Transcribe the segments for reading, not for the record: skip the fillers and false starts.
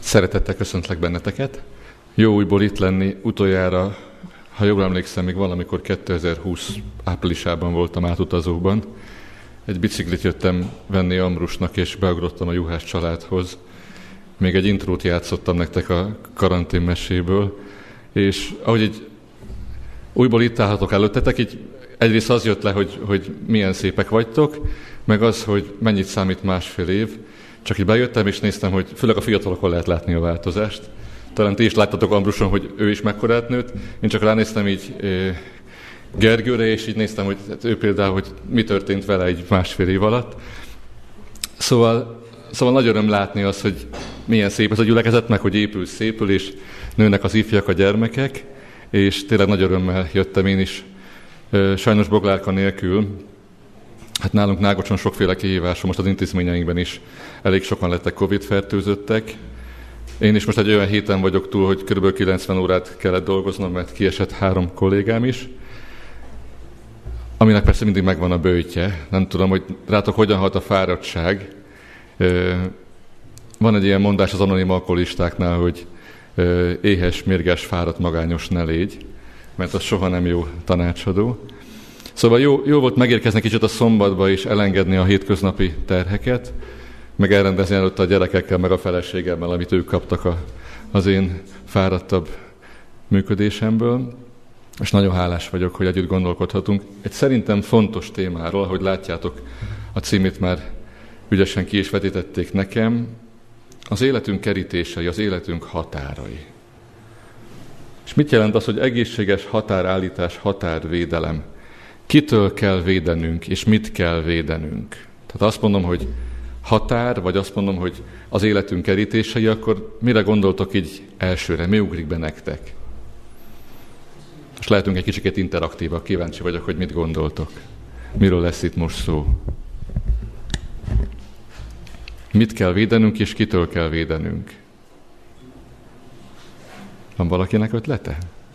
Szeretettel köszöntlek benneteket. Jó újból itt lenni. Utoljára, ha jól emlékszem, még valamikor 2020 áprilisában voltam átutazóban. Egy biciklit jöttem venni Ambrusnak, és beugrottam a Juhász családhoz. Még egy intrót játszottam nektek a karanténmeséből, és ahogy így újból itt állhatok előttetek, így egyrészt az jött le, hogy milyen szépek vagytok, meg az, hogy mennyit számít másfél év. Csak így bejöttem, és néztem, hogy főleg a fiatalokon lehet látni a változást. Talán ti is láttatok Ambruson, hogy ő is mekkorát nőtt. Én csak ránéztem így Gergőre, és így néztem, hogy ő például, hogy mi történt vele egy másfél év alatt. Szóval nagy öröm látni azt, hogy milyen szép ez a gyülekezet, meg hogy épül, szépül, és nőnek az ifjak, a gyermekek, és tényleg nagy örömmel jöttem én is, sajnos boglárka nélkül. Hát nálunk Nágocson sokféle kihívás, most az intézményeinkben is elég sokan lettek Covid-fertőzöttek. Én is most egy olyan héten vagyok túl, hogy kb. 90 órát kellett dolgoznom, mert kiesett 3 kollégám is, aminek persze mindig megvan a böjtje. Nem tudom, hogy rátok hogyan hat a fáradtság. Van egy ilyen mondás az anonim alkoholistáknál, hogy éhes, mérges, fáradt, magányos ne légy, mert az soha nem jó tanácsadó. Szóval jó volt megérkezni kicsit a szombatba és elengedni a hétköznapi terheket, meg elrendezni előtte a gyerekekkel, meg a feleségemmel, amit ők kaptak az én fáradtabb működésemből. És nagyon hálás vagyok, hogy együtt gondolkodhatunk. Egy szerintem fontos témáról, ahogy látjátok, a címét már ügyesen ki is vetítették nekem, az életünk kerítései, az életünk határai. És mit jelent az, hogy egészséges határállítás, határvédelem? Kitől kell védenünk, és mit kell védenünk? Tehát azt mondom, hogy határ, vagy azt mondom, hogy az életünk kerítései, akkor mire gondoltok így elsőre? Mi ugrik be nektek? Most lehetünk egy kicsit interaktívak, kíváncsi vagyok, hogy mit gondoltok. Miről lesz itt most szó? Mit kell védenünk, és kitől kell védenünk? Van valakinek ötlete?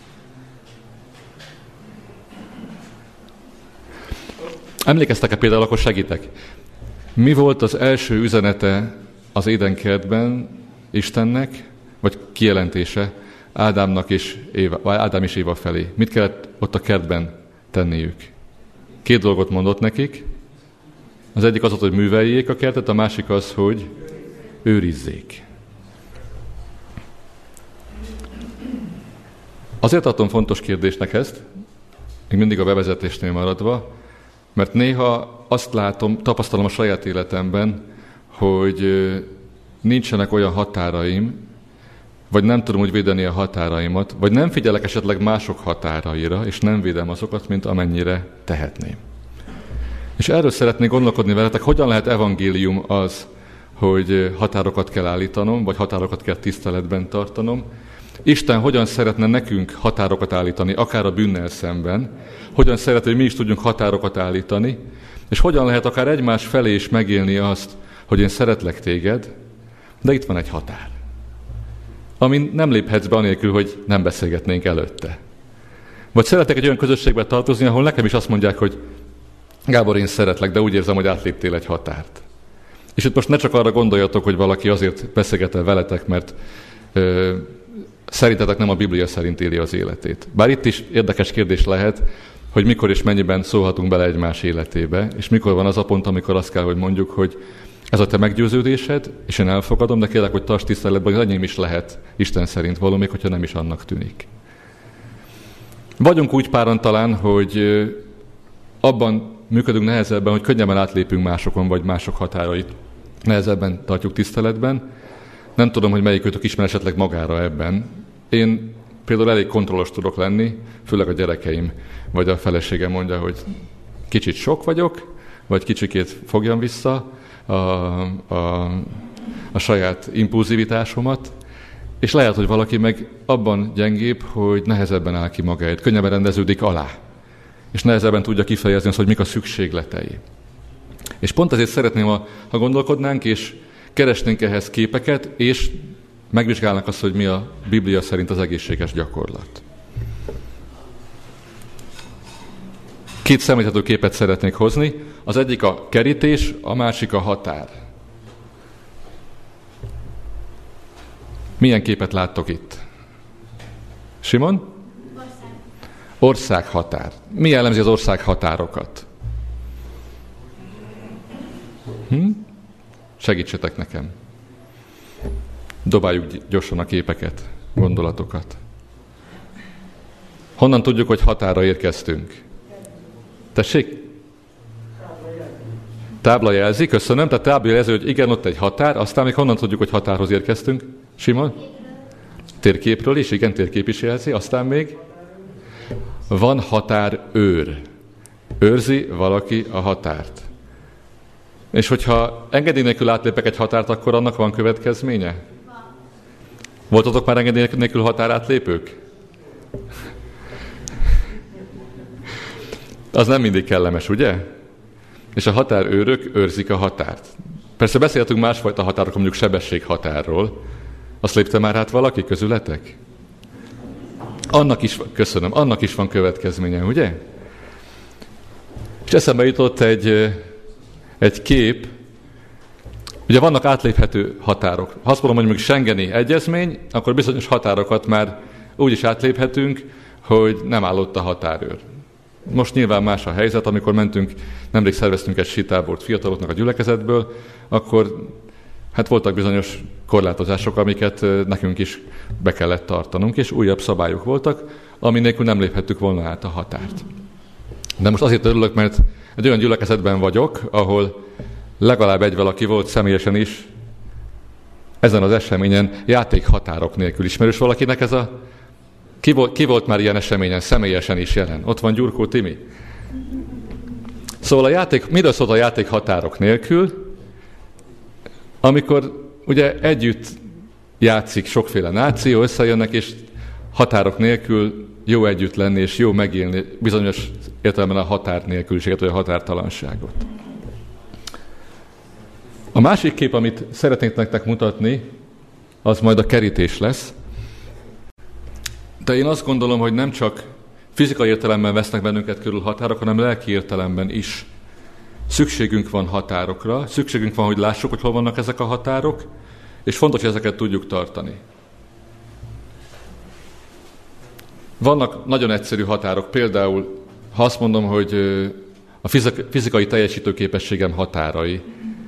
Emlékeztek-e például, akkor segítek. Mi volt az első üzenete az Édenkertben Istennek, vagy kijelentése Ádám és Éva felé? Mit kellett ott a kertben tenniük? 2 dolgot mondott nekik. Az egyik az, hogy műveljék a kertet, a másik az, hogy őrizzék. Azért tartom fontos kérdésnek ezt, még mindig a bevezetésnél maradva, mert néha azt látom, tapasztalom a saját életemben, hogy nincsenek olyan határaim, vagy nem tudom úgy védeni a határaimat, vagy nem figyelek esetleg mások határaira, és nem védem azokat, mint amennyire tehetném. És erről szeretnék gondolkodni veletek, hogyan lehet evangélium az, hogy határokat kell állítanom, vagy határokat kell tiszteletben tartanom. Isten hogyan szeretne nekünk határokat állítani, akár a bűnnel szemben, hogyan szeretne, hogy mi is tudjunk határokat állítani, és hogyan lehet akár egymás felé is megélni azt, hogy én szeretlek téged, de itt van egy határ, amin nem léphetsz be anélkül, hogy nem beszélgetnénk előtte. Vagy szeretek egy olyan közösségbe tartozni, ahol nekem is azt mondják, hogy Gábor, én szeretlek, de úgy érzem, hogy átléptél egy határt. És itt most ne csak arra gondoljatok, hogy valaki azért beszélget el veletek, mert szerintetek nem a Biblia szerint éli az életét. Bár itt is érdekes kérdés lehet, hogy mikor és mennyiben szólhatunk bele egymás életébe, és mikor van az a pont, amikor azt kell, hogy mondjuk, hogy ez a te meggyőződésed, és én elfogadom, de kérlek, hogy tarts tiszteletben, hogy az enyém is lehet Isten szerint való, még hogyha nem is annak tűnik. Vagyunk úgy páran talán, hogy abban működünk nehezebben, hogy könnyebben átlépünk másokon, vagy mások határait nehezebben tartjuk tiszteletben. Nem tudom, hogy melyikőtök ismer esetleg magára ebben. Én például elég kontrollos tudok lenni, főleg a gyerekeim, vagy a feleségem mondja, hogy kicsit sok vagyok, vagy kicsikét fogjam vissza a saját impulzivitásomat, és lehet, hogy valaki meg abban gyengébb, hogy nehezebben áll ki magáért, könnyebben rendeződik alá, és nehezebben tudja kifejezni azt, hogy mik a szükségletei. És pont ezért szeretném, ha gondolkodnánk, és keresnénk ehhez képeket, és megvizsgálnánk azt, hogy mi a Biblia szerint az egészséges gyakorlat. 2 szemléltető képet szeretnék hozni. Az egyik a kerítés, a másik a határ. Milyen képet láttok itt? Simon? Országhatár. Mi jellemzi az országhatárokat? Segítsetek nekem. Dobáljuk gyorsan a képeket, gondolatokat. Honnan tudjuk, hogy határra érkeztünk? Tessék? Tábla jelzi, köszönöm. Tehát tábla jelzi, hogy igen, ott egy határ, aztán még honnan tudjuk, hogy határhoz érkeztünk? Simon? Térképről is, igen, térkép is jelzi, aztán még? Van határőr. Őrzi valaki a határt. És hogyha engedély nélkül átlépek egy határt, akkor annak van következménye? Voltatok már engedély nélkül határátlépők? Az nem mindig kellemes, ugye? És a határőrök őrzik a határt. Persze beszéltünk másfajta határokról, mondjuk sebességhatárról. Azt lépte már át valaki közületek? Annak is van következménye, ugye? És eszembe jutott egy kép. Ugye vannak átléphető határok. Ha azt mondom, hogy mondjuk Schengeni egyezmény, akkor bizonyos határokat már úgy is átléphetünk, hogy nem állott a határőr. Most nyilván más a helyzet, amikor nemrég szerveztünk egy sítábort fiataloknak a gyülekezetből, akkor hát voltak bizonyos korlátozások, amiket nekünk is be kellett tartanunk, és újabb szabályok voltak, ami nélkül nem léphettük volna át a határt. De most azért örülök, mert egy olyan gyülekezetben vagyok, ahol legalább egy valaki volt személyesen is ezen az eseményen játékhatárok nélkül. Ismerős valakinek ez a... Ki volt már ilyen eseményen személyesen is jelen? Ott van Gyurkó Timi. Szóval miről szólt a játék határok nélkül? Amikor ugye együtt játszik sokféle náció, összejönnek, és határok nélkül jó együtt lenni, és jó megélni bizonyos értelemben a határ nélküliséget, vagy a határtalanságot. A másik kép, amit szeretnék nektek mutatni, az majd a kerítés lesz. De én azt gondolom, hogy nem csak fizikai értelemben vesznek bennünket körül határok, hanem lelki értelemben is. Szükségünk van határokra, szükségünk van, hogy lássuk, hogy hol vannak ezek a határok, és fontos, hogy ezeket tudjuk tartani. Vannak nagyon egyszerű határok, például, ha azt mondom, hogy a fizikai teljesítőképességem határai,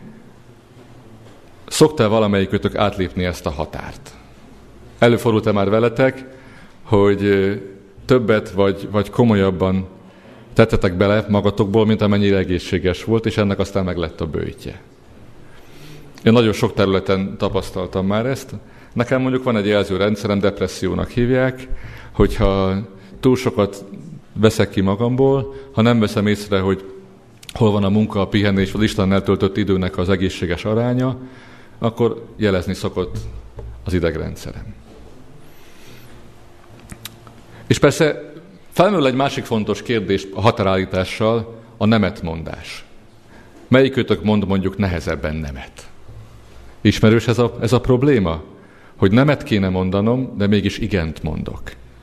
szoktál valamelyikőtök átlépni ezt a határt? Előfordult-e már veletek, hogy többet vagy komolyabban tettetek bele magatokból, mint amennyire egészséges volt, és ennek aztán meg lett a böjtje. Én nagyon sok területen tapasztaltam már ezt. Nekem mondjuk van egy jelzőrendszerem, depressziónak hívják, hogyha túl sokat veszek ki magamból, ha nem veszem észre, hogy hol van a munka, a pihenés, az Isten eltöltött időnek az egészséges aránya, akkor jelezni szokott az idegrendszerem. És persze felmerül egy másik fontos kérdés a határállítással, a nemetmondás. Melyikőtök mond mondjuk nehezebben nemet? Ismerős ez a probléma? Hogy nemet kéne mondanom, de mégis igent mondok.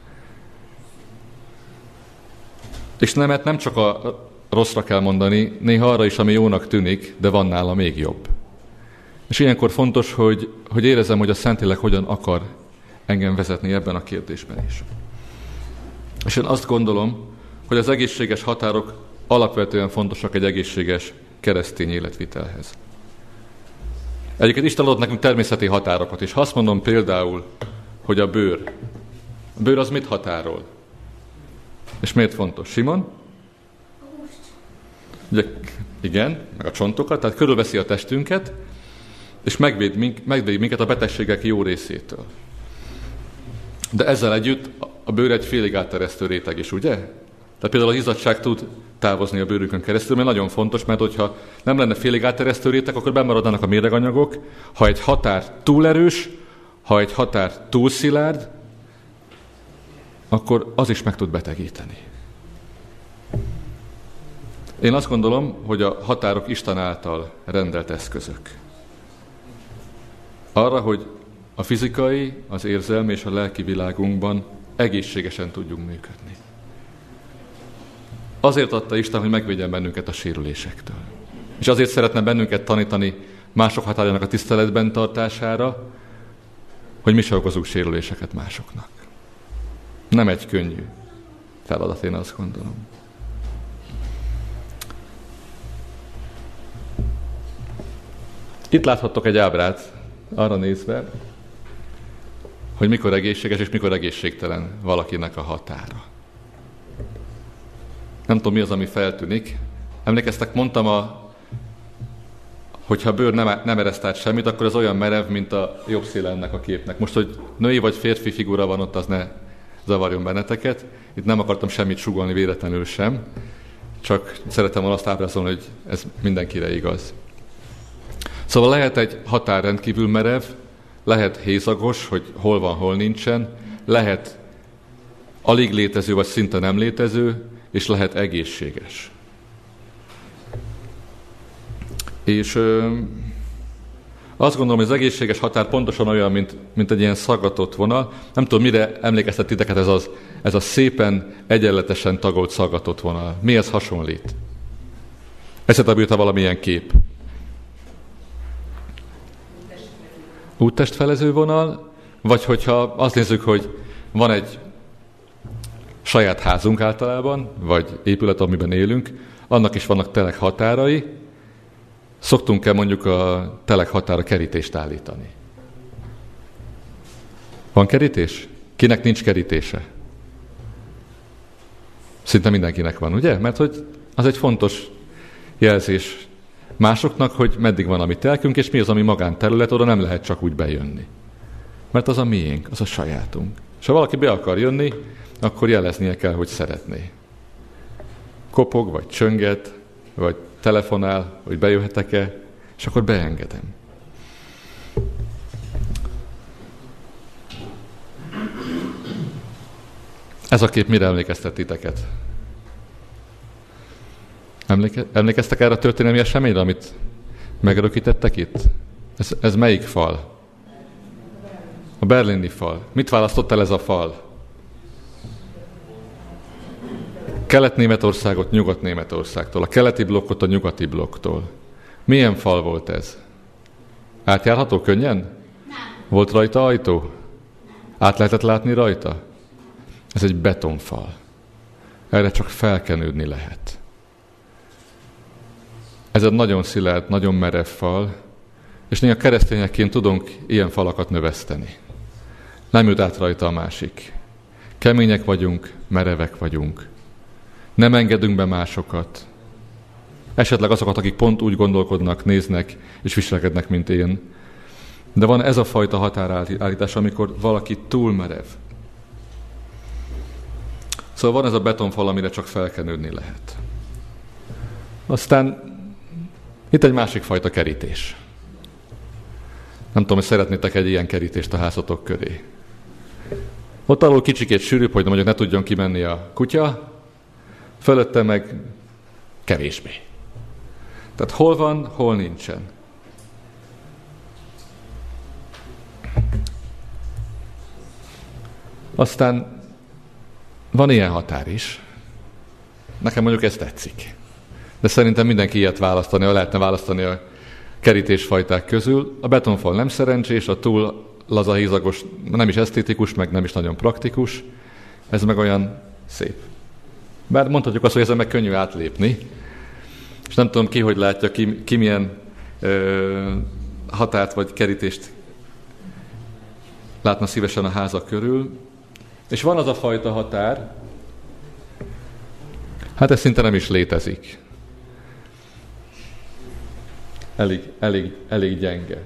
És nemet nem csak a rosszra kell mondani, néha arra is, ami jónak tűnik, de van nála még jobb. És ilyenkor fontos, hogy érezzem, hogy a Szentlélek hogyan akar engem vezetni ebben a kérdésben is. És én azt gondolom, hogy az egészséges határok alapvetően fontosak egy egészséges keresztény életvitelhez. Egyébként Isten adott nekünk természeti határokat, és ha azt mondom például, hogy a bőr az mit határol? És miért fontos? Simon? Ugye, igen, meg a csontokat, tehát körülveszi a testünket, és megvéd minket a betegségek jó részétől. De ezzel együtt a bőr egy félig átteresztő réteg is, ugye? Tehát például az izzadság tud távozni a bőrünkön keresztül, mert nagyon fontos, mert hogyha nem lenne félig átteresztő réteg, akkor bemaradnának a méreganyagok. Ha egy határ túl erős, ha egy határ túl szilárd, akkor az is meg tud betegíteni. Én azt gondolom, hogy a határok Isten által rendelt eszközök. Arra, hogy a fizikai, az érzelmi és a lelki világunkban egészségesen tudjunk működni. Azért adta Isten, hogy megvédjen bennünket a sérülésektől. És azért szeretne bennünket tanítani mások határjának a tiszteletben tartására, hogy mi se okozunk sérüléseket másoknak. Nem egy könnyű feladat, én azt gondolom. Itt láthattok egy ábrát arra nézve, hogy mikor egészséges és mikor egészségtelen valakinek a határa. Nem tudom, mi az, ami feltűnik. Emlékeztek, mondtam, hogyha a bőr nem ereszt át semmit, akkor az olyan merev, mint a jobb széle ennek a képnek. Most, hogy női vagy férfi figura van ott, az ne zavarjon benneteket. Itt nem akartam semmit sugolni véletlenül sem, csak szeretem volna azt ábrázolni, hogy ez mindenkire igaz. Szóval lehet egy határ rendkívül merev, lehet hézagos, hogy hol van, hol nincsen, lehet alig létező, vagy szinte nem létező, és lehet egészséges. És azt gondolom, hogy az egészséges határ pontosan olyan, mint egy ilyen szaggatott vonal. Nem tudom, mire emlékeztet titeket ez a szépen, egyenletesen tagolt szaggatott vonal. Mihez hasonlít? Eszedbe jut valamilyen kép? Úttestfelező vonal, vagy hogyha azt nézzük, hogy van egy saját házunk általában, vagy épület, amiben élünk, annak is vannak telek határai, szoktunk-e mondjuk a telek határa kerítést állítani? Van kerítés? Kinek nincs kerítése? Szinte mindenkinek van, ugye? Mert hogy az egy fontos jelzés másoknak, hogy meddig van a mi telkünk, és mi az, ami magánterület, oda nem lehet csak úgy bejönni. Mert az a miénk, az a sajátunk. És ha valaki be akar jönni, akkor jeleznie kell, hogy szeretné. Kopog, vagy csönget, vagy telefonál, hogy bejöhetek-e, és akkor beengedem. Ez a kép mire emlékeztet titeket? Emlékeztek erre a történelmi eseményre, amit megörökítettek itt? Ez melyik fal? A berlini fal. Mit választott el ez a fal? Kelet-Németországot Nyugat-Németországtól, a keleti blokkot a nyugati blokktól. Milyen fal volt ez? Átjárható könnyen? Nem. Volt rajta ajtó? Át lehetett látni rajta? Ez egy betonfal. Erre csak felkenődni lehet. Ez egy nagyon szilárd, nagyon merev fal, és néha keresztényekként tudunk ilyen falakat növeszteni. Nem jut át rajta a másik. Kemények vagyunk, merevek vagyunk. Nem engedünk be másokat. Esetleg azokat, akik pont úgy gondolkodnak, néznek és viselkednek, mint én. De van ez a fajta határállítás, amikor valaki túl merev. Szóval van ez a betonfal, amire csak felkenődni lehet. Aztán itt egy másik fajta kerítés. Nem tudom, hogy szeretnétek egy ilyen kerítést a házatok köré. Ott alul kicsikét sűrűbb, hogy mondjuk ne tudjon kimenni a kutya, fölötte meg kevésbé. Tehát hol van, hol nincsen. Aztán van ilyen határ is. Nekem mondjuk ez tetszik. De szerintem mindenki ilyet választani, lehetne választani a kerítésfajták közül. A betonfal nem szerencsés, a túl lazahézagos nem is esztétikus, meg nem is nagyon praktikus. Ez meg olyan szép. Bár mondhatjuk azt, hogy ezen meg könnyű átlépni. És nem tudom ki, hogy látja, ki milyen határt vagy kerítést látna szívesen a háza körül. És van az a fajta határ, hát ez szinte nem is létezik. Elég gyenge.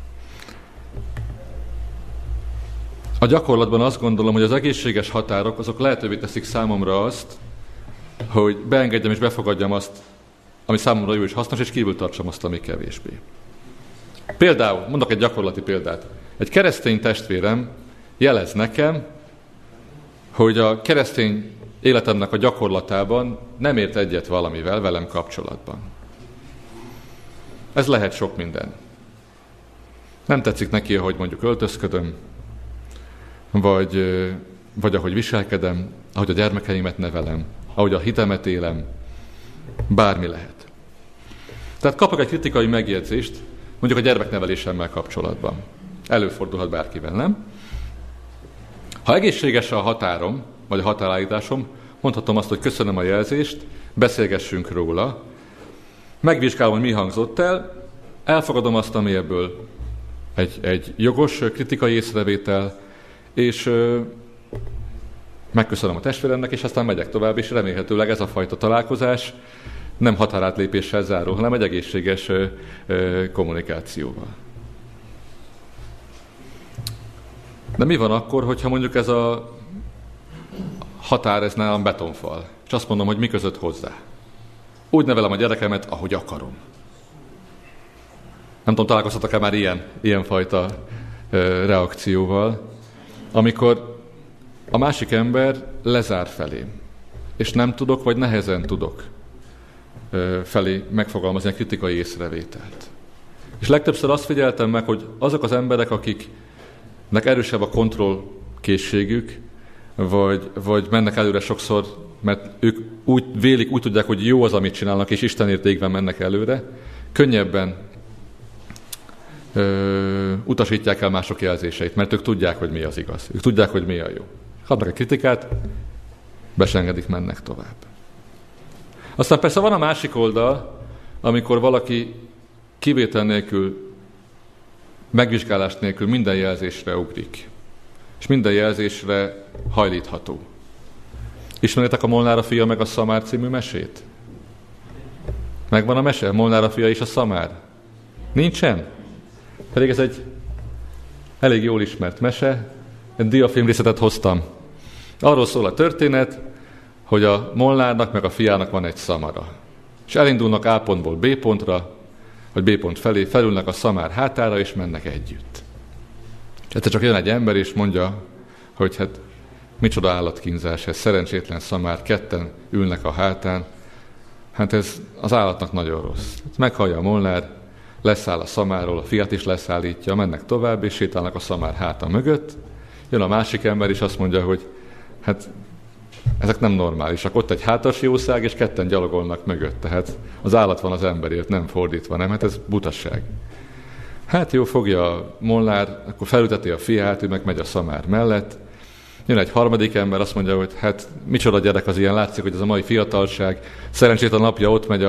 A gyakorlatban azt gondolom, hogy az egészséges határok azok lehetővé teszik számomra azt, hogy beengedjem és befogadjam azt, ami számomra jó és hasznos, és kívül tartsam azt, ami kevésbé. Például, mondok egy gyakorlati példát. Egy keresztény testvérem jelez nekem, hogy a keresztény életemnek a gyakorlatában nem ért egyet valamivel velem kapcsolatban. Ez lehet sok minden. Nem tetszik neki, ahogy mondjuk öltözködöm, vagy ahogy viselkedem, ahogy a gyermekeimet nevelem, ahogy a hitemet élem, bármi lehet. Tehát kapok egy kritikai megjegyzést, mondjuk a gyermeknevelésemmel kapcsolatban. Előfordulhat bárkivel, nem? Ha egészséges a határom, vagy a határállításom, mondhatom azt, hogy köszönöm a jelzést, beszélgessünk róla, megvizsgálom, hogy mi hangzott el, elfogadom azt, ami ebből egy jogos kritikai észrevétel, és megköszönöm a testvéremnek, és aztán megyek tovább, és remélhetőleg ez a fajta találkozás nem határátlépéssel zárul, hanem egy egészséges kommunikációval. De mi van akkor, hogyha mondjuk ez a határ, ez nálam betonfal, és azt mondom, hogy mi között hozzá? Úgy nevelem a gyerekemet, ahogy akarom. Nem tudom, találkoztatok-e már ilyenfajta reakcióval, amikor a másik ember lezár felém, és nem tudok, vagy nehezen tudok felé megfogalmazni a kritikai észrevételt. És legtöbbször azt figyeltem meg, hogy azok az emberek, akiknek erősebb a kontrollkészségük, vagy mennek előre sokszor, mert ők úgy tudják, hogy jó az, amit csinálnak, és Istenért égve mennek előre, könnyebben utasítják el mások jelzéseit, mert ők tudják, hogy mi az igaz. Ők tudják, hogy mi a jó. Kapnak egy kritikát, besengedik, mennek tovább. Aztán persze van a másik oldal, amikor valaki kivétel nélkül, megvizsgálás nélkül minden jelzésre ugrik. És minden jelzésre hajlítható. Ismeritek a Molnár a fia meg a szamár című mesét? Megvan a mese? Molnár a fia és a szamár? Nincsen? Pedig ez egy elég jól ismert mese, egy diafilmrészetet hoztam. Arról szól a történet, hogy a Molnárnak meg a fiának van egy szamara. És elindulnak A pontból B pontra, vagy B pont felé, felülnek a szamár hátára, és mennek együtt. És egyszer csak jön egy ember, és mondja, hogy hát micsoda állatkínzás, ez szerencsétlen szamár, ketten ülnek a hátán. Hát ez az állatnak nagyon rossz. Meghallja a Molnár, leszáll a szamáról, a fiat is leszállítja, mennek tovább, és sétálnak a szamár háta mögött. Jön a másik ember, és azt mondja, hogy hát ezek nem normálisak. Ott egy hátas jószág, és ketten gyalogolnak mögött. Tehát az állat van az emberért, nem fordítva, nem? Hát ez butaság. Hát jó, fogja a Molnár, akkor felülteti a fiát, ő meg megy a szamár mellett. Jön egy harmadik ember, azt mondja, hogy hát micsoda gyerek az ilyen, látszik, hogy ez a mai fiatalság, szerencsét a napja ott megy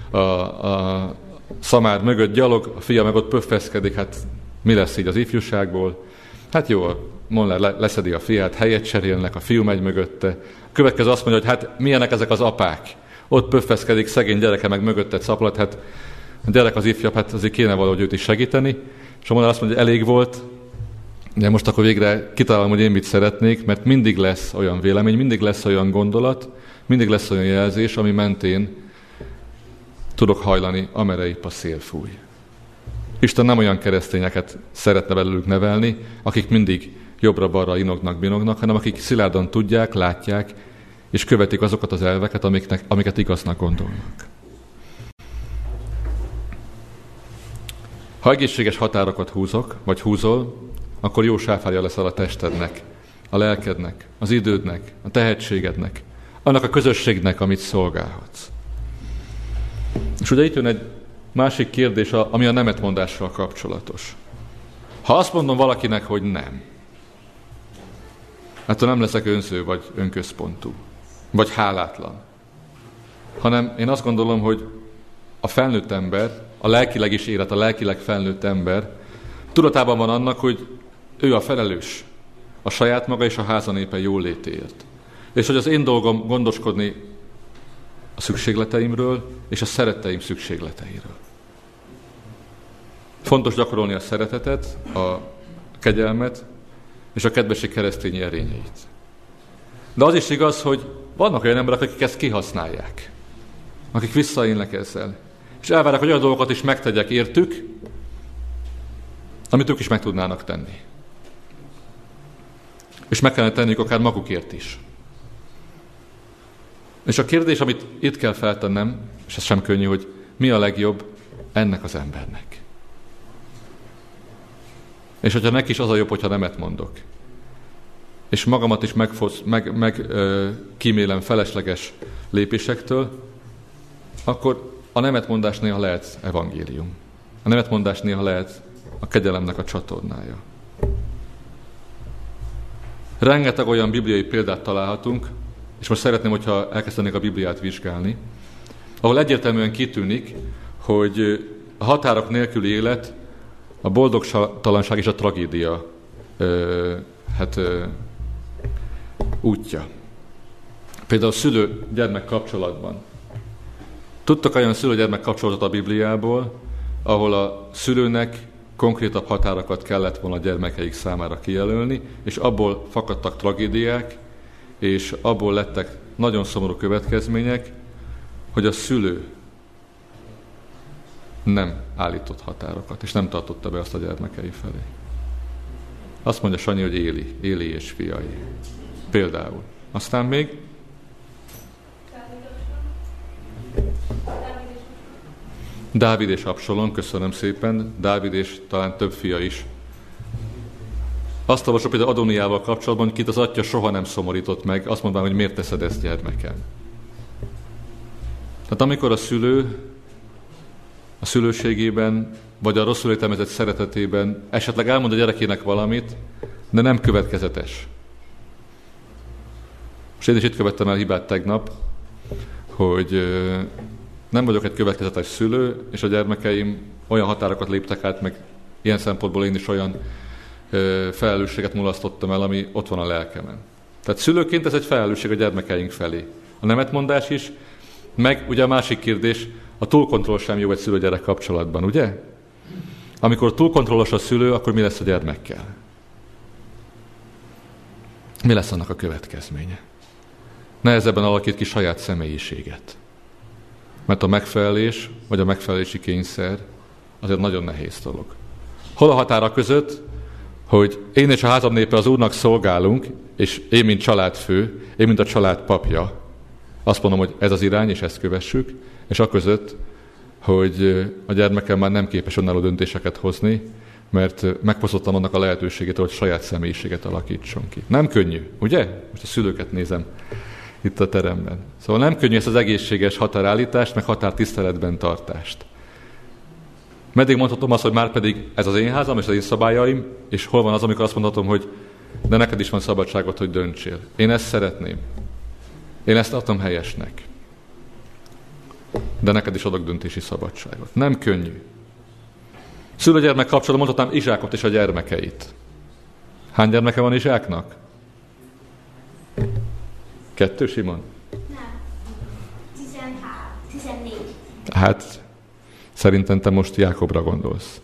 a szamár mögött gyalog, a fia meg ott pöffeszkedik, hát mi lesz így az ifjúságból? Hát jó, a Molnár leszedi a fiát, helyet cserélnek, a fiú megy mögötte. A következő azt mondja, hogy hát milyenek ezek az apák? Ott pöffeszkedik, szegény gyereke meg mögötte szaplat, hát a gyerek az ifjabb, hát azért kéne valahogy őt is segíteni. És a Molnár azt mondja, hogy elég volt, de most akkor végre kitalálom, hogy én mit szeretnék, mert mindig lesz olyan vélemény, mindig lesz olyan gondolat, mindig lesz olyan jelzés, ami mentén tudok hajlani, amerre épp a szél fúj. Isten nem olyan keresztényeket szeretne belőlük nevelni, akik mindig jobbra-balra inognak, binognak, hanem akik szilárdan tudják, látják, és követik azokat az elveket, amiket igaznak gondolnak. Ha egészséges határokat húzok, vagy húzol, akkor jó sáfárja leszel a testednek, a lelkednek, az idődnek, a tehetségednek, annak a közösségnek, amit szolgálhatsz. És ugye itt jön egy másik kérdés, ami a nemetmondással kapcsolatos. Ha azt mondom valakinek, hogy nem, attól nem leszek önző, vagy önközpontú, vagy hálátlan. Hanem én azt gondolom, hogy a felnőtt ember, a lelkileg is élet, a lelkileg felnőtt ember tudatában van annak, hogy ő a felelős a saját maga és a házanépe jólétéért. És hogy az én dolgom gondoskodni a szükségleteimről és a szeretteim szükségleteiről. Fontos gyakorolni a szeretetet, a kegyelmet és a kedvesség keresztény erényeit. De az is igaz, hogy vannak olyan emberek, akik ezt kihasználják, akik visszaélnek ezzel, és elvárják, hogy olyan dolgokat is megtegyek értük, amit ők is meg tudnának tenni. És meg kellene tenniük akár magukért is. És a kérdés, amit itt kell feltennem, és ez sem könnyű, hogy mi a legjobb ennek az embernek. És hogyha neki is az a jobb, hogyha nemet mondok. És magamat is kímélem felesleges lépésektől, akkor a nemetmondás néha lehet evangélium. A nemetmondás néha lehet a kegyelemnek a csatornája. Rengeteg olyan bibliai példát találhatunk, és most szeretném, hogyha elkezdenék a Bibliát vizsgálni, ahol egyértelműen kitűnik, hogy a határok nélküli élet, a boldogtalanság és a tragédia útja. Például szülő-gyermek kapcsolatban. Tudtak olyan szülő-gyermek kapcsolatot a Bibliából, ahol a szülőnek konkrétabb határokat kellett volna a gyermekeik számára kijelölni, és abból fakadtak tragédiák, és abból lettek nagyon szomorú következmények, hogy a szülő nem állított határokat, és nem tartotta be azt a gyermekei felé. Azt mondja Sanyi, hogy Éli és fiai. Például. Aztán még? Dávid és Absalom, köszönöm szépen. Dávid és talán több fia is. Azt olvasom például Adóniával kapcsolatban, kit az atya soha nem szomorított meg, azt mondván, hogy miért teszed ezt, gyermekem. Tehát amikor a szülő a szülőségében, vagy a rosszul értelmezett szeretetében esetleg elmond a gyerekének valamit, de nem következetes. Most én is itt követtem el hibát tegnap, hogy nem vagyok egy következetes szülő, és a gyermekeim olyan határokat léptek át, meg ilyen szempontból én is olyan felelősséget mulasztottam el, ami ott van a lelkemen. Tehát szülőként ez egy felelősség a gyermekeink felé. A nemetmondás is, meg ugye a másik kérdés, a túlkontroll sem jó egy szülő-gyerek kapcsolatban, ugye? Amikor túlkontrollos a szülő, akkor mi lesz a gyermekkel? Mi lesz annak a következménye? Nehezebben alakít ki saját személyiséget. Mert a megfelelés, vagy a megfelelési kényszer azért nagyon nehéz dolog. Hol a határa között, hogy én és a házam népe az Úrnak szolgálunk, és én, mint családfő, én, mint a család papja, azt mondom, hogy ez az irány, és ezt kövessük, és aközött, hogy a gyermekem már nem képes önálló döntéseket hozni, mert megfosztottam annak a lehetőségét, hogy saját személyiséget alakítson ki. Nem könnyű, ugye? Most a szülőket nézem itt a teremben. Szóval nem könnyű ezt az egészséges határállítást, meg határtiszteletben tartást. Meddig mondhatom azt, hogy már pedig ez az én házam, és az én szabályaim, és hol van az, amikor azt mondhatom, hogy de neked is van szabadságot, hogy döntsél. Én ezt szeretném. Én ezt adtam helyesnek. De neked is adok döntési szabadságot. Nem könnyű. Szülő-gyermek kapcsolatban mondhatnám Izsákot és a gyermekeit. Hány gyermeke van Izsáknak? 2, Simon? Nem. 14. Hát, szerintem te most Jákobra gondolsz.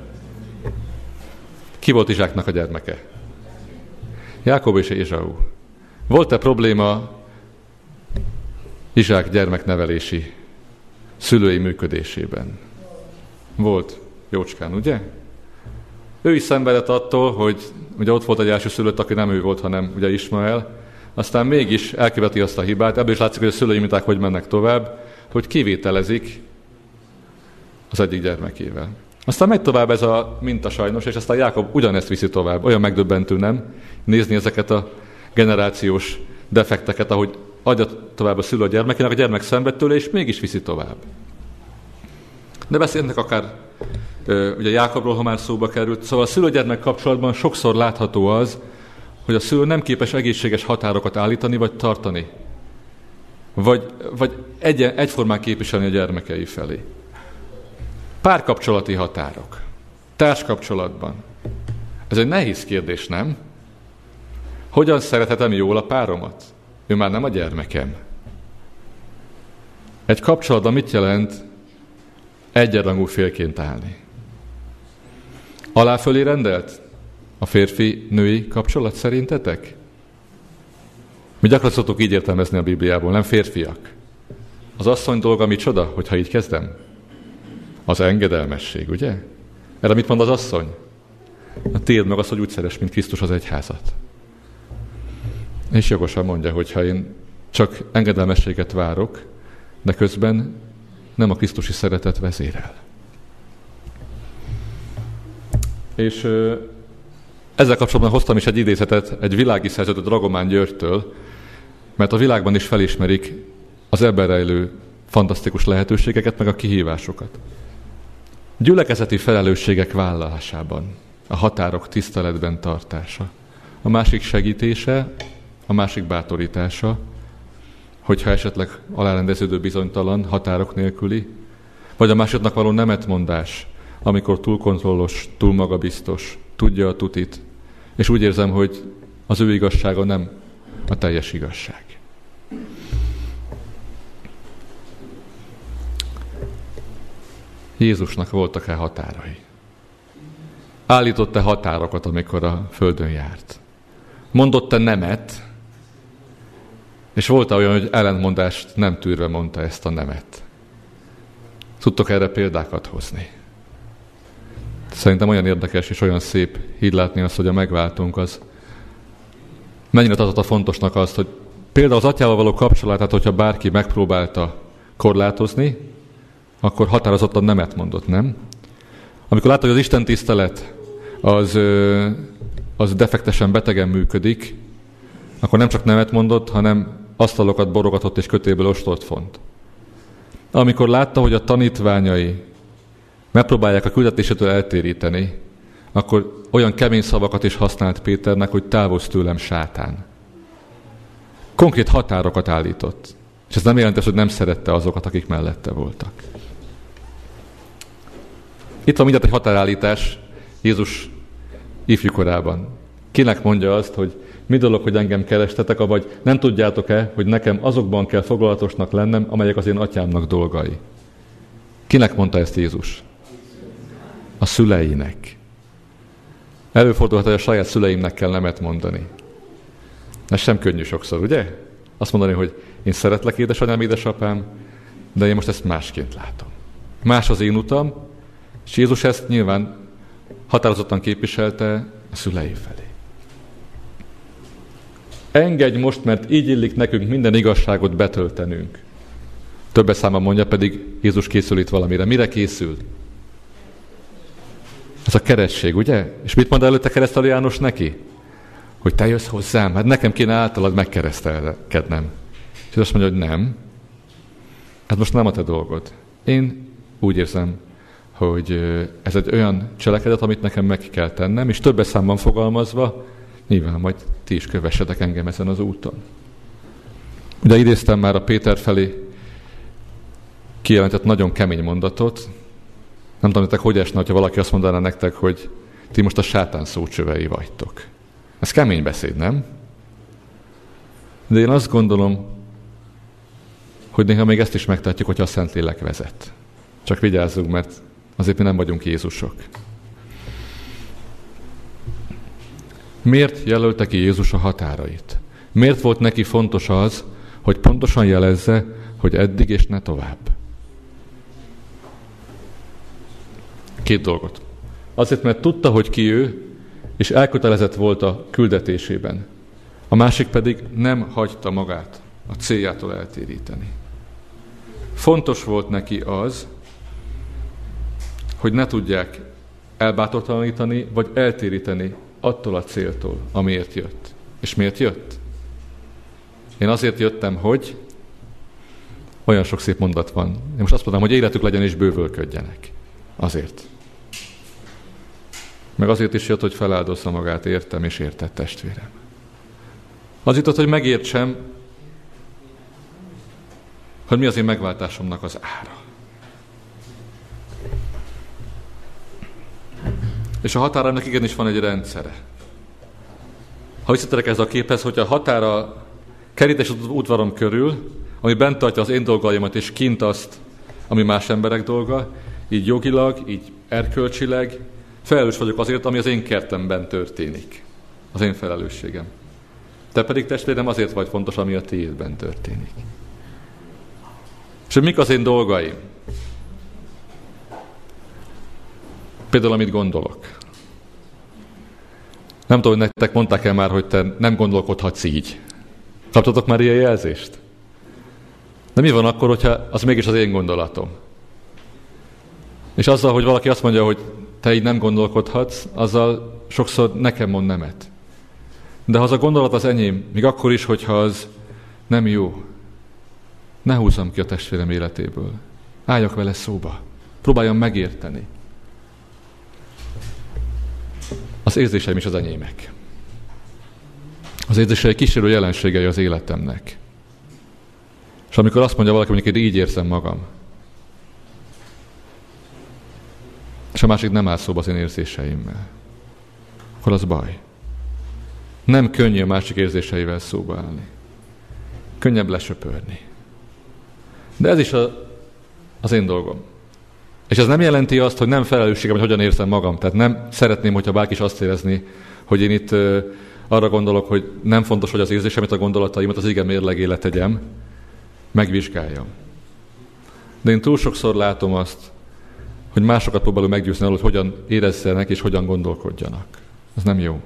Ki volt Izsáknak a gyermeke? Jákob és Ézsau. Volt-e probléma Izsák gyermeknevelési szülői működésében? Volt, jócskán, ugye? Ő is szenvedett attól, hogy ugye ott volt egy első szülött, aki nem ő volt, hanem ugye Ismael, aztán mégis elköveti azt a hibát, ebből is látszik, hogy a szülői minták hogy mennek tovább, hogy kivételezik az egyik gyermekével. Aztán megy tovább ez a minta sajnos, és aztán Jákob ugyanezt viszi tovább. Olyan megdöbbentő, nem? Nézni ezeket a generációs defekteket, ahogy adja tovább a szülő a gyermekének, a gyermek szenved tőle, és mégis viszi tovább. De beszélnek akár ugye Jákobról, ha már szóba került. Szóval a szülő-gyermek kapcsolatban sokszor látható az, hogy a szülő nem képes egészséges határokat állítani, vagy tartani. Vagy egyformán képviselni a gyermekei felé. Párkapcsolati határok. Társkapcsolatban. Ez egy nehéz kérdés, nem? Hogyan szerethetem jól a páromat? Ő már nem a gyermekem. Egy kapcsolatban mit jelent egyenrangú félként állni? Alá-fölé rendelt a férfi-női kapcsolat szerintetek? Mi gyakran szoktuk így értelmezni a Bibliából, nem férfiak. Az asszony dolga micsoda, hogyha így kezdem? Az engedelmesség, ugye? Erre mit mond az asszony? Tiéd meg az, hogy úgy szeress, mint Krisztus az egyházat. És jogosan mondja, hogy ha én csak engedelmességet várok, de közben nem a krisztusi szeretet vezérel. És ezzel kapcsolatban hoztam is egy idézetet egy világi szerződött Dragomán Györgytől, mert a világban is felismerik az ebben rejlő fantasztikus lehetőségeket, meg a kihívásokat. gyülekezeti felelősségek vállalásában, a határok tiszteletben tartása, a másik segítése, a másik bátorítása, hogyha esetleg alárendeződő bizonytalan, határok nélküli, vagy a másiknak való nemetmondás, amikor túl kontrollos, túl magabiztos, tudja a tutit, és úgy érzem, hogy az ő igazsága nem a teljes igazság. Jézusnak voltak-e határai? Állított-e határokat, amikor a földön járt? Mondott-e nemet? És volt olyan, hogy ellentmondást nem tűrve mondta ezt a nemet? Tudtok erre példákat hozni? Szerintem olyan érdekes és olyan szép így látni azt, hogy a megváltunk az mennyire tartotta fontosnak azt, hogy például az atyával való kapcsolatát, hogyha bárki megpróbálta korlátozni, akkor határozottan nemet mondott, nem? Amikor látta, hogy az Isten tisztelet az defektesen, betegen működik, akkor nem csak nemet mondott, hanem asztalokat borogatott és kötélből ostort font. Amikor látta, hogy a tanítványai megpróbálják a küldetésétől eltéríteni, akkor olyan kemény szavakat is használt Péternek, hogy távozz tőlem, sátán. Konkrét határokat állított. És ez nem jelenti, hogy nem szerette azokat, akik mellette voltak. Itt van mindjárt egy határállítás Jézus ifjúkorában. Kinek mondja azt, hogy mi dolog, hogy engem kerestetek, vagy nem tudjátok-e, hogy nekem azokban kell foglalatosnak lennem, amelyek az én atyámnak dolgai. Kinek mondta ezt Jézus? A szüleinek. Előfordulhat, hogy a saját szüleimnek kell nemet mondani. Ez sem könnyű sokszor, ugye? Azt mondani, hogy én szeretlek, édesanyám, édesapám, de én most ezt másként látom. Más az én utam, és Jézus ezt nyilván határozottan képviselte a szülei felé. Engedj most, mert így illik nekünk minden igazságot betöltenünk. Többes számban mondja, pedig Jézus készül itt valamire. Mire készül? Ez a keresztség, ugye? És mit mond előtte keresztelő János neki? Hogy te jössz hozzám, hát nekem kéne általad megkeresztelkednem. És azt mondja, hogy nem. Hát most nem a te dolgod. Én úgy érzem, hogy ez egy olyan cselekedet, amit nekem meg kell tennem, és többes számban fogalmazva, nyilván majd ti is kövessetek engem ezen az úton. Ugye idéztem már a Péter felé kijelentett nagyon kemény mondatot. Nem tudom, hogy esne, ha valaki azt mondaná nektek, hogy ti most a sátán szócsövei vagytok. Ez kemény beszéd, nem? De én azt gondolom, hogy néha még ezt is megtehetjük, hogyha a Szentlélek vezet. Csak vigyázzunk, mert azért mi nem vagyunk Jézusok. Miért jelölte ki Jézus a határait? Miért volt neki fontos az, hogy pontosan jelezze, hogy eddig és ne tovább? Két dolgot. Azért, mert tudta, hogy ki ő, és elkötelezett volt a küldetésében. A másik pedig nem hagyta magát a céljától eltéríteni. Fontos volt neki az, hogy ne tudják elbátortalanítani, vagy eltéríteni attól a céltól, amiért jött. És miért jött? Én azért jöttem, hogy olyan sok szép mondat van. Én most azt mondom, hogy életük legyen és bővölködjenek. Azért. Meg azért is jött, hogy feláldozza magát, értem és értett testvérem. Az jutott, hogy megértsem, hogy mi az én megváltásomnak az ára. És a határának igenis van egy rendszere. Ha visszatérek ez a képhez, hogy a határa kerítés udvarom körül, ami bent tartja az én dolgaimat, és kint azt, ami más emberek dolga, így jogilag, így erkölcsileg, felelős vagyok azért, ami az én kertemben történik. Az én felelősségem. Te pedig, testvérem, azért vagy fontos, ami a tiédben történik. És hogy mik az én dolgaim? Például, amit gondolok. Nem tudom, hogy nektek mondták el már, hogy te nem gondolkodhatsz így. Kaptatok már ilyen jelzést? De mi van akkor, hogyha az mégis az én gondolatom? És azzal, hogy valaki azt mondja, hogy te így nem gondolkodhatsz, azzal sokszor nekem mond nemet. De ha az a gondolat az enyém, még akkor is, hogyha az nem jó, ne húzzam ki a testvérem életéből. Álljak vele szóba. Próbáljam megérteni. Az érzéseim is az enyémek. Az érzései kísérő jelenségei az életemnek. És amikor azt mondja valaki, mondjuk, hogy így érzem magam, és a másik nem áll szóba az én érzéseimmel, akkor az baj. Nem könnyű a másik érzéseivel szóba állni. Könnyebb lesöpörni. De ez is az én dolgom. És ez nem jelenti azt, hogy nem felelősségem, hogy hogyan érzem magam. Tehát nem szeretném, hogyha bárki is azt érezni, hogy én itt arra gondolok, hogy nem fontos, hogy az érzésemet, a gondolataimat az ige mérlegére tegyem, megvizsgáljam. De én túl sokszor látom azt, hogy másokat próbálom meggyőzni arról, hogy hogyan érezzenek és hogyan gondolkodjanak. Ez nem jó.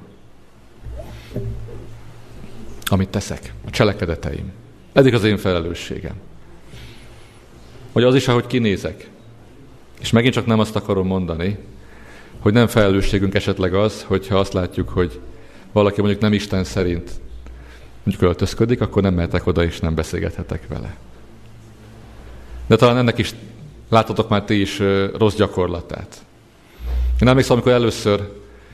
Amit teszek, a cselekedeteim. Eddig az én felelősségem. Vagy az is, ahogy kinézek. És megint csak nem azt akarom mondani, hogy nem felelősségünk esetleg az, hogyha azt látjuk, hogy valaki mondjuk nem Isten szerint mondjuk öltözködik, akkor nem mehetek oda és nem beszélgethetek vele. De talán ennek is láttatok már ti is rossz gyakorlatát. Én emlékszem, amikor először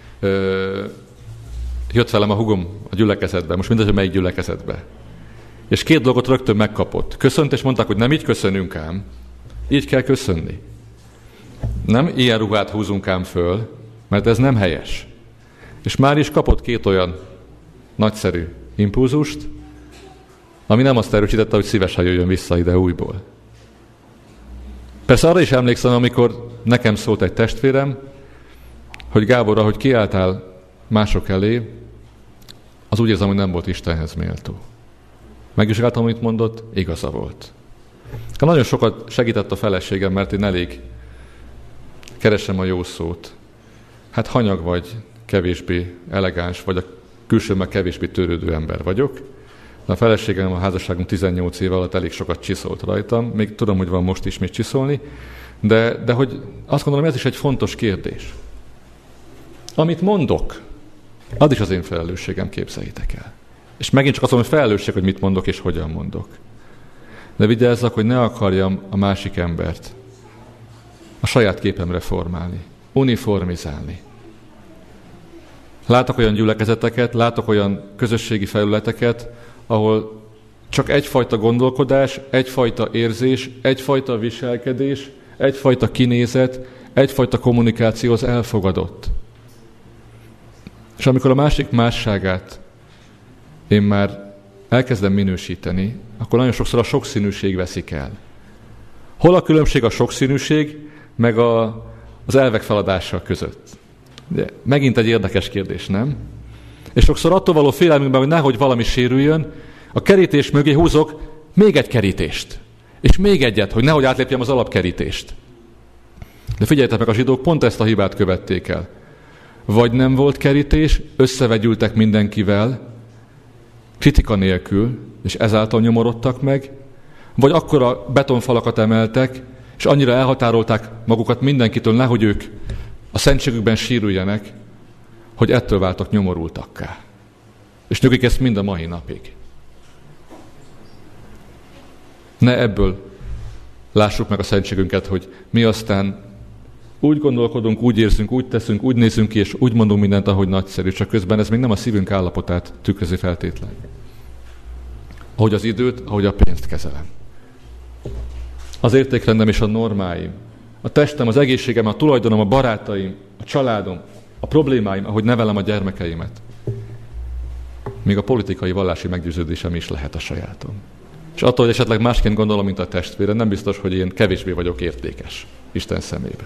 jött velem a hugom a gyülekezetbe, most mindegy, hogy melyik gyülekezetbe. És 2 dolgot rögtön megkapott. Köszönt, és mondták, hogy nem így köszönünk ám. Így kell köszönni. Nem ilyen ruhát húzunk ám föl, mert ez nem helyes. És már is kapott 2 olyan nagyszerű impulzust, ami nem azt erősítette, hogy szívesen jöjjön vissza ide újból. Persze arra is emlékszem, amikor nekem szólt egy testvérem, hogy Gábor, ahogy kiálltál mások elé, az úgy érzem, hogy nem volt Istenhez méltó. Megvizsgáltam, amit mondott, igaza volt. Nagyon sokat segített a feleségem, mert én elég keresem a jó szót. Hát hanyag vagy, kevésbé elegáns, vagy a külsőmmel kevésbé törődő ember vagyok. A feleségem a házasságunk 18 év alatt elég sokat csiszolt rajtam, még tudom, hogy van most is mit csiszolni, de hogy azt gondolom, ez is egy fontos kérdés. Amit mondok, az is az én felelősségem, képzeljétek el. És megint csak azt mondom, hogy felelősség, hogy mit mondok és hogyan mondok. De vigyázzak, hogy ne akarjam a másik embert a saját képemre formálni, uniformizálni. Látok olyan gyülekezeteket, látok olyan közösségi felületeket, ahol csak egyfajta gondolkodás, egyfajta érzés, egyfajta viselkedés, egyfajta kinézet, egyfajta kommunikáció az elfogadott. És amikor a másik másságát én már elkezdem minősíteni, akkor nagyon sokszor a sokszínűség veszik el. Hol a különbség a sokszínűség, meg az elvek feladása között? De megint egy érdekes kérdés, nem? És sokszor attól való félelmünkben, hogy nehogy valami sérüljön, a kerítés mögé húzok még egy kerítést. És még egyet, hogy nehogy átlépjem az alapkerítést. De figyeljetek meg, a zsidók pont ezt a hibát követték el. Vagy nem volt kerítés, összevegyültek mindenkivel, kritika nélkül, és ezáltal nyomorodtak meg, vagy akkora betonfalakat emeltek, és annyira elhatárolták magukat mindenkitől, nehogy ők a szentségükben sérüljenek, hogy ettől váltak nyomorultakká. És nyugik ezt mind a mai napig. Ne ebből lássuk meg a szentségünket, hogy mi aztán úgy gondolkodunk, úgy érzünk, úgy teszünk, úgy nézünk ki, és úgy mondunk mindent, ahogy nagyszerű, csak közben ez még nem a szívünk állapotát tükrözi feltétlenül. Ahogy az időt, ahogy a pénzt kezelem. Az értékrendem és a normáim, a testem, az egészségem, a tulajdonom, a barátaim, a családom, a problémáim, ahogy nevelem a gyermekeimet. Még a politikai vallási meggyőződésem is lehet a sajátom. És attól, hogy esetleg másként gondolom, mint a testvére, nem biztos, hogy én kevésbé vagyok értékes Isten szemébe.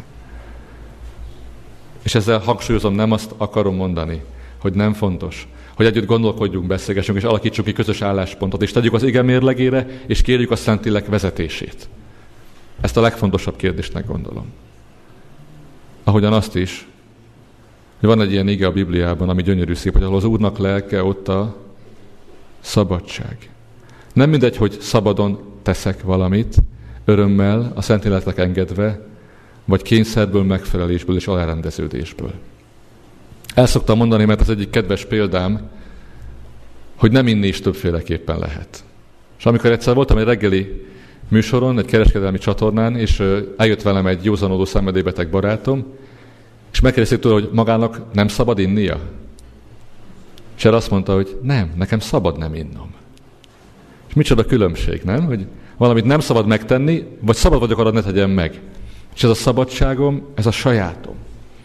És ezzel hangsúlyozom, nem azt akarom mondani, hogy nem fontos, hogy együtt gondolkodjunk, beszélgessünk, és alakítsuk ki közös álláspontot, és tegyük az ige mérlegére, és kérjük a Szentlélek vezetését. Ezt a legfontosabb kérdésnek gondolom. Ahogyan azt is, hogy van egy ilyen ige a Bibliában, ami gyönyörű szép, hogy ahol az Úrnak lelke, ott a szabadság. Nem mindegy, hogy szabadon teszek valamit, örömmel, a Szentléleknek engedve, vagy kényszerből, megfelelésből és alárendeződésből. El szoktam mondani, mert ez egyik kedves példám, hogy nem inni is többféleképpen lehet. És amikor egyszer voltam egy reggeli műsoron, egy kereskedelmi csatornán, és eljött velem egy józanodó szenvedélybeteg barátom, És megkérdezik tőle, hogy magának nem szabad innia. És erre azt mondta, hogy nem, nekem szabad nem innom. És micsoda különbség, nem? Hogy valamit nem szabad megtenni, vagy szabad vagyok arra, ne tegyem meg. És ez a szabadságom, ez a sajátom.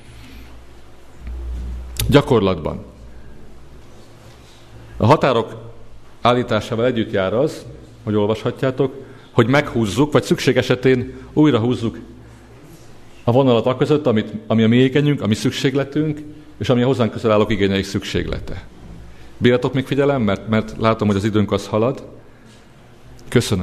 Gyakorlatban. A határok állításával együtt jár az, hogy olvashatjátok, hogy meghúzzuk, vagy szükség esetén újra húzzuk a vonalat a között, ami a mi igényünk, a mi szükségletünk, és ami a hozzánk közel állók igényeik szükséglete. Bírjátok még figyelem, mert látom, hogy az időnk az halad. Köszönöm.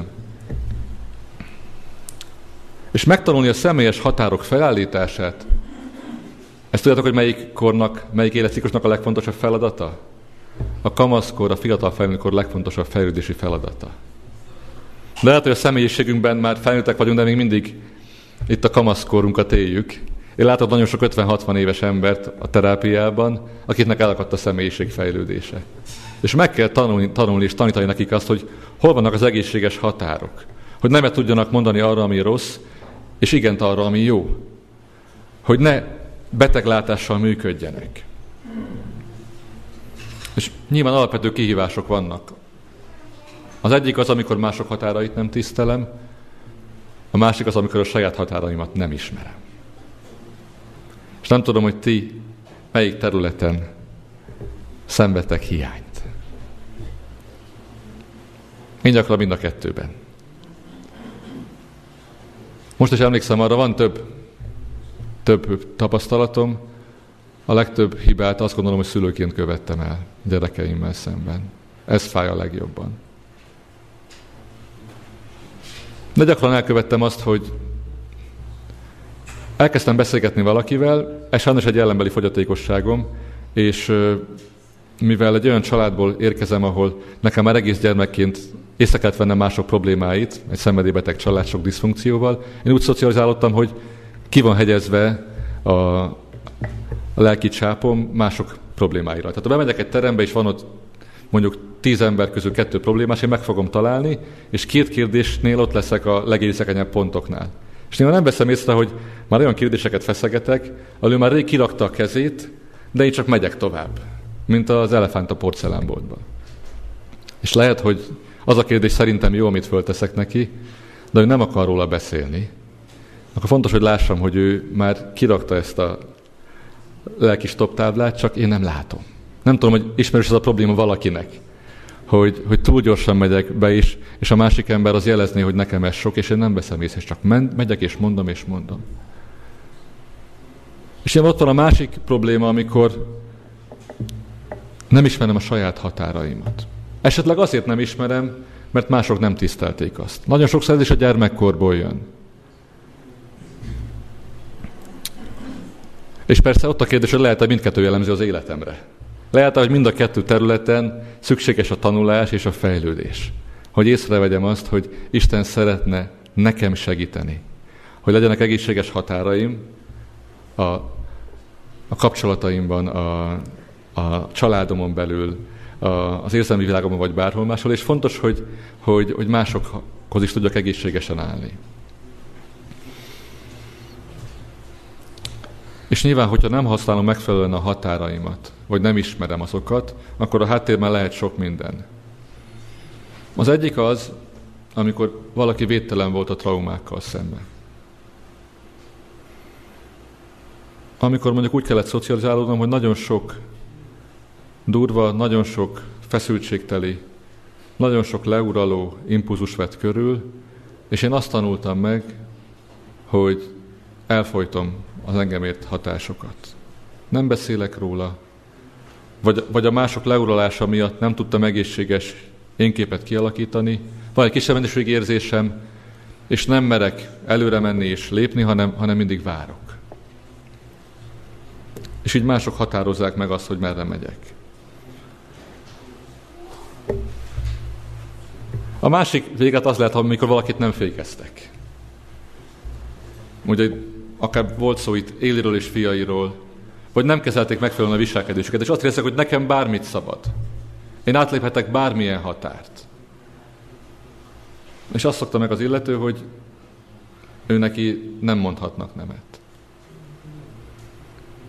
És megtanulni a személyes határok felállítását, ezt tudjátok, hogy melyik életciklusnak a legfontosabb feladata? A kamaszkor, a fiatal felnőttkor legfontosabb fejlődési feladata. De lehet, hogy a személyiségünkben már felnőttek vagyunk, de még mindig itt a kamaszkorunkat éljük. Én látok nagyon sok 50-60 éves embert a terápiában, akiknek elakadt a személyiség fejlődése. És meg kell tanulni és tanítani nekik azt, hogy hol vannak az egészséges határok. Hogy nemet tudjanak mondani arra, ami rossz, és igent arra, ami jó. Hogy ne beteglátással működjenek. És nyilván alapvető kihívások vannak. Az egyik az, amikor mások határait nem tisztelem, a másik az, amikor a saját határaimat nem ismerem. És nem tudom, hogy ti melyik területen szenvedtek hiányt. Én gyakran mind a kettőben. Most is emlékszem arra, van több tapasztalatom, a legtöbb hibát azt gondolom, hogy szülőként követtem el gyerekeimmel szemben. Ez fáj a legjobban. De gyakran elkövettem azt, hogy elkezdtem beszélgetni valakivel, ez sajnos egy ellenbeli fogyatékosságom, és mivel egy olyan családból érkezem, ahol nekem már egész gyermekként észre kellett vennem mások problémáit, egy szenvedélybeteg család sok diszfunkcióval, én úgy szocializálódtam, hogy ki van hegyezve a lelki csápom mások problémáira. Tehát ha bemegyek egy terembe, és van ott mondjuk 10 ember közül 2 problémás, én meg fogom találni, és 2 kérdésnél ott leszek a legérzékenyebb pontoknál. És néha nem veszem észre, hogy már olyan kérdéseket feszegetek, ahol ő már rég kirakta a kezét, de én csak megyek tovább, mint az elefánt a porcelánboltban. És lehet, hogy az a kérdés szerintem jó, amit fölteszek neki, de ő nem akar róla beszélni. Akkor fontos, hogy lássam, hogy ő már kirakta ezt a lelki stoptáblát, csak én nem látom. Nem tudom, hogy ismerős ez a probléma valakinek, hogy túl gyorsan megyek be is, és a másik ember az jelezné, hogy nekem ez sok, és én nem veszem észre, csak megyek és mondom. És én ott van a másik probléma, amikor nem ismerem a saját határaimat. Esetleg azért nem ismerem, mert mások nem tisztelték azt. Nagyon sokszor ez is a gyermekkorból jön. És persze ott a kérdés, hogy lehet, hogy mindkettő jellemző az életemre. Lehet, hogy mind a 2 területen szükséges a tanulás és a fejlődés. Hogy észrevegyem azt, hogy Isten szeretne nekem segíteni. Hogy legyenek egészséges határaim a kapcsolataimban, a családomon belül, az érzelmi világomban vagy bárhol máshol, és fontos, hogy másokhoz is tudjak egészségesen állni. És nyilván, hogyha nem használom megfelelően a határaimat, vagy nem ismerem azokat, akkor a háttérben lehet sok minden. Az egyik az, amikor valaki védtelen volt a traumákkal szemben. Amikor mondjuk úgy kellett szocializálódnom, hogy nagyon sok durva, nagyon sok feszültségteli, nagyon sok leuraló impulzus vett körül, és én azt tanultam meg, hogy elfojtom az engem ért hatásokat. Nem beszélek róla, vagy a mások leuralása miatt nem tudtam egészséges énképet kialakítani, van egy kisebb mennyiségi érzésem, és nem merek előre menni és lépni, hanem mindig várok. És így mások határozzák meg azt, hogy merre megyek. A másik véget az lehet, amikor valakit nem fékeztek. Ugye akár volt szó itt Éliről és fiairól, vagy nem kezelték megfelelően a viselkedésüket, és azt éreztek, hogy nekem bármit szabad. Én átléphetek bármilyen határt. És azt szokta meg az illető, hogy ő neki nem mondhatnak nemet.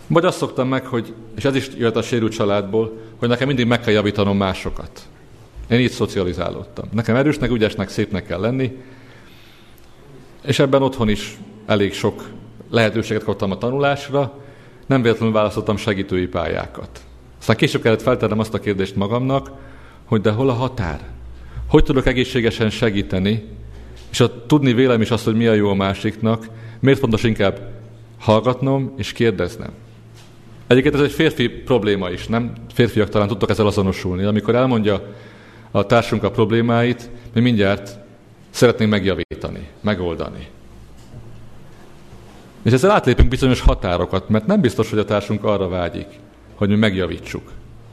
Vagy azt szoktam meg, és ez is jött a sérült családból, hogy nekem mindig meg kell javítanom másokat. Én így szocializálódtam. Nekem erősnek, ügyesnek, szépnek kell lenni, és ebben otthon is elég sok lehetőséget kaptam a tanulásra, nem véletlenül választottam segítői pályákat. Aztán később kellett feltennem azt a kérdést magamnak, hogy de hol a határ? Hogy tudok egészségesen segíteni, és tudni vélem is azt, hogy mi a jó a másiknak, miért fontos inkább hallgatnom és kérdeznem. Egyébként ez egy férfi probléma is, nem? Férfiak talán tudtak ezzel azonosulni. Amikor elmondja a társunk a problémáit, mi mindjárt szeretnénk megjavítani, megoldani. És ezzel átlépünk bizonyos határokat, mert nem biztos, hogy a társunk arra vágyik, hogy mi megjavítsuk.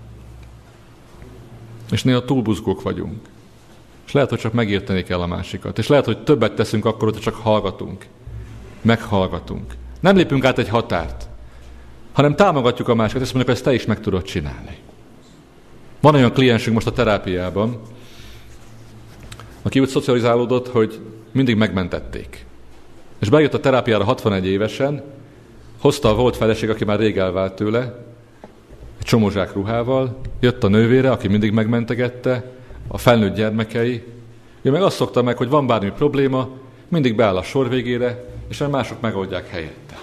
És néha túl buzgók vagyunk. És lehet, hogy csak megérteni kell a másikat. És lehet, hogy többet teszünk akkor, hogy csak hallgatunk. Meghallgatunk. Nem lépünk át egy határt, hanem támogatjuk a másikat, és mondjuk, hogy ezt te is meg tudod csinálni. Van olyan kliensünk most a terápiában, aki úgy szocializálódott, hogy mindig megmentették. És bejött a terápiára 61 évesen, hozta a volt feleség, aki már rég elvált tőle, egy csomó zsák ruhával, jött a nővére, aki mindig megmentegette, a felnőtt gyermekei. Ő meg azt szokta meg, hogy van bármi probléma, mindig beáll a sor végére, és már mások megoldják helyette.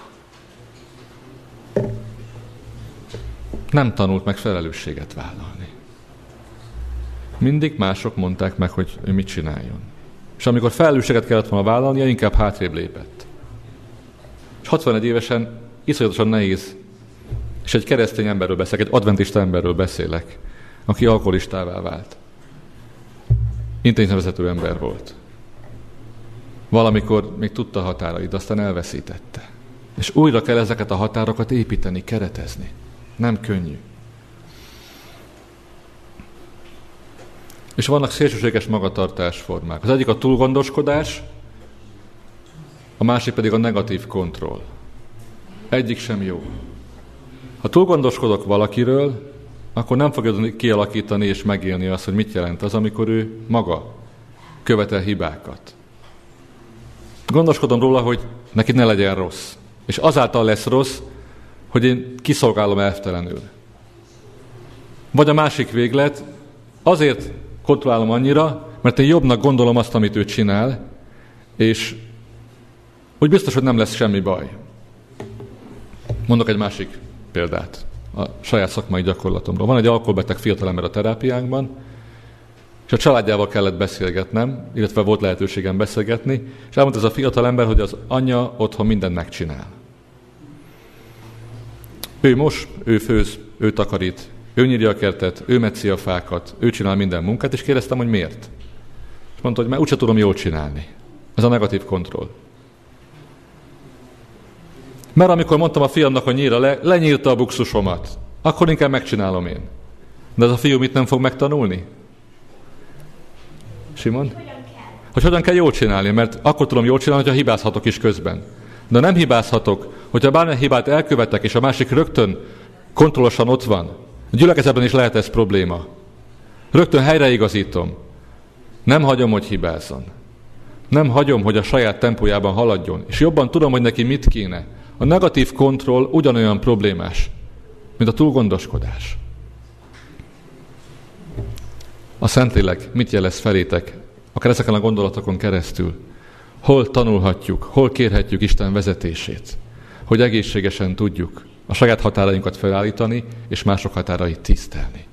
Nem tanult meg felelősséget vállalni. Mindig mások mondták meg, hogy ő mit csináljon. És amikor felelősséget kellett volna vállalnia, inkább hátrébb lépett. És 61 évesen iszonyatosan nehéz, és egy keresztény emberről beszélek, egy adventista emberről beszélek, aki alkoholistává vált. Intézményvezető ember volt. Valamikor még tudta a határait, aztán elveszítette. És újra kell ezeket a határokat építeni, keretezni. Nem könnyű. És vannak szélsőséges magatartásformák. Az egyik a túlgondoskodás, a másik pedig a negatív kontroll. Egyik sem jó. Ha túlgondoskodok valakiről, akkor nem fogja kialakítani és megélni azt, hogy mit jelent az, amikor ő maga követel hibákat. Gondoskodom róla, hogy neki ne legyen rossz. És azáltal lesz rossz, hogy én kiszolgálom elvtelenül. Vagy a másik véglet, azért kontrollálom annyira, mert én jobbnak gondolom azt, amit ő csinál, és úgy biztos, hogy nem lesz semmi baj. Mondok egy másik példát a saját szakmai gyakorlatomról. Van egy alkoholbeteg fiatalember a terápiánkban, és a családjával kellett beszélgetnem, illetve volt lehetőségem beszélgetni, és elmondta ez a fiatalember, hogy az anyja otthon mindent megcsinál. Ő mos, ő főz, ő takarít, ő nyírja a kertet, ő metszi a fákat, ő csinál minden munkát, és kérdeztem, hogy miért. És mondta, hogy már úgyse tudom jól csinálni. Ez a negatív kontroll. Mert amikor mondtam a fiamnak, hogy nyírja le, lenyírta a buksusomat. Akkor inkább megcsinálom én. De ez a fiú mit nem fog megtanulni? Simon? Hogy hogyan kell jól csinálni, mert akkor tudom jól csinálni, hogyha hibázhatok is közben. De nem hibázhatok, hogyha bármilyen hibát elkövetek, és a másik rögtön kontrollosan ott van. A gyülekezetben is lehet ez probléma. Rögtön helyreigazítom. Nem hagyom, hogy hibázzon. Nem hagyom, hogy a saját tempójában haladjon. És jobban tudom, hogy neki mit kéne. A negatív kontroll ugyanolyan problémás, mint a túlgondoskodás. A Szentlélek mit jelez felétek, akár ezeken a gondolatokon keresztül? Hol tanulhatjuk, hol kérhetjük Isten vezetését, hogy egészségesen tudjuk a saját határainkat felállítani, és mások határait tisztelni.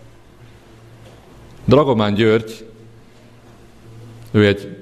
Dragomán György, ő egy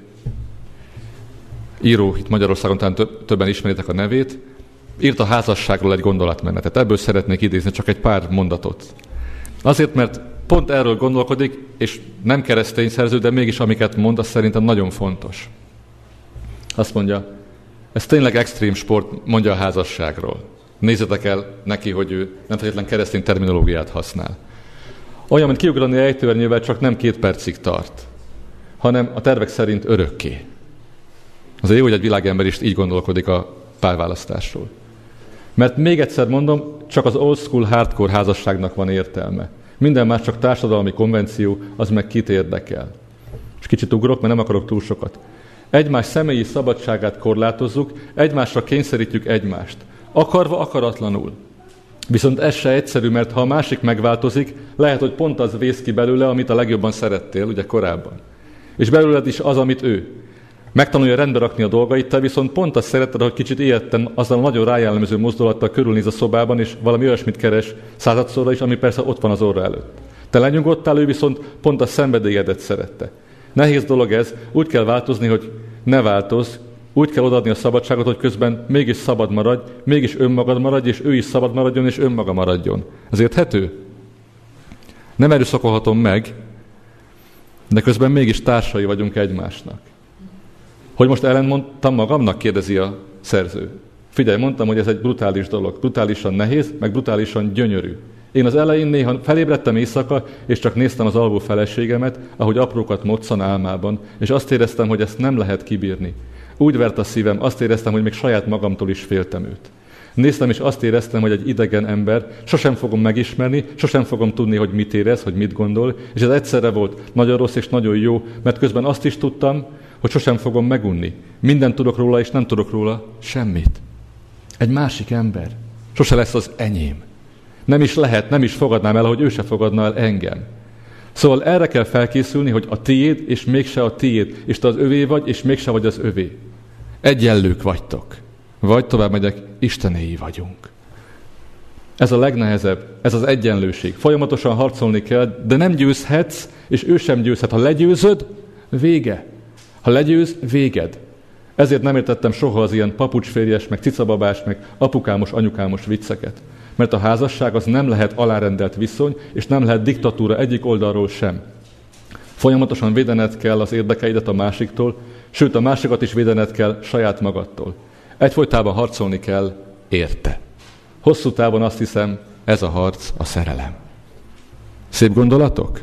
író, itt Magyarországon talán többen ismeritek a nevét, írt a házasságról egy gondolatmenetet. Ebből szeretnék idézni csak egy pár mondatot. Azért, mert pont erről gondolkodik, és nem keresztény szerző, de mégis amiket mond, az szerintem nagyon fontos. Azt mondja, ez tényleg extrém sport, mondja a házasságról. Nézzetek el neki, hogy ő nem feltétlenül keresztény terminológiát használ. Olyan, mint kiugrani ejtőernyővel, csak nem 2 percig tart, hanem a tervek szerint örökké. Azért jó, hogy egy világember is így gondolkodik a párválasztásról. Mert még egyszer mondom, csak az old school hardcore házasságnak van értelme. Minden más csak társadalmi konvenció, az meg kit érdekel. És kicsit ugrok, mert nem akarok túl sokat. Egymás személyi szabadságát korlátozzuk, egymásra kényszerítjük egymást. Akarva, akaratlanul. Viszont ez se egyszerű, mert ha a másik megváltozik, lehet, hogy pont az vész ki belőle, amit a legjobban szerettél, ugye korábban. És belőled is az, amit ő. Megtanulja rendbe rakni a dolgait, te viszont pont azt szeretted, hogy kicsit ijedten azzal a nagyon rájellemző mozdulattal körülnéz a szobában, és valami olyasmit keres századszorra is, ami persze ott van az orra előtt. Te lenyugodtál, ő viszont pont a szenvedélyedet szerette. Nehéz dolog ez, úgy kell változni, hogy ne változz, úgy kell odaadni a szabadságot, hogy közben mégis szabad maradj, mégis önmagad maradj, és ő is szabad maradjon, és önmaga maradjon. Ez érthető? Nem erőszakolhatom meg, de közben mégis társai vagyunk egymásnak. Hogy most ellentmondtam magamnak, kérdezi a szerző. Figyelj, mondtam, hogy ez egy brutális dolog. Brutálisan nehéz, meg brutálisan gyönyörű. Én az elején néha felébredtem éjszaka, és csak néztem az alvó feleségemet, ahogy aprókat moccan álmában, és azt éreztem, hogy ezt nem lehet kibírni. Úgy vert a szívem, azt éreztem, hogy még saját magamtól is féltem őt. Néztem, és azt éreztem, hogy egy idegen ember, sosem fogom megismerni, sosem fogom tudni, hogy mit érez, hogy mit gondol, és ez egyszerre volt nagyon rossz és nagyon jó, mert közben azt is tudtam, hogy sosem fogom megunni. Mindent tudok róla, és nem tudok róla semmit. Egy másik ember. Sose lesz az enyém. Nem is lehet, nem is fogadnám el, ahogy ő se fogadna el engem. Szóval erre kell felkészülni, hogy a tiéd, és mégse a tiéd, és te az övé vagy, és mégse vagy az övé. Egyenlők vagytok. Vagy tovább megyek, istenéi vagyunk. Ez a legnehezebb, ez az egyenlőség. Folyamatosan harcolni kell, de nem győzhetsz, és ő sem győzhet. Ha legyőzöd, vége. Ha legyőz, véged. Ezért nem értettem soha az ilyen papucsférjes, meg cicababás, meg apukámos, anyukámos vicceket. Mert a házasság az nem lehet alárendelt viszony, és nem lehet diktatúra egyik oldalról sem. Folyamatosan védened kell az érdekeidet a másiktól, sőt a másikat is védened kell saját magadtól. Egyfolytában harcolni kell érte. Hosszú távon azt hiszem, ez a harc a szerelem. Szép gondolatok?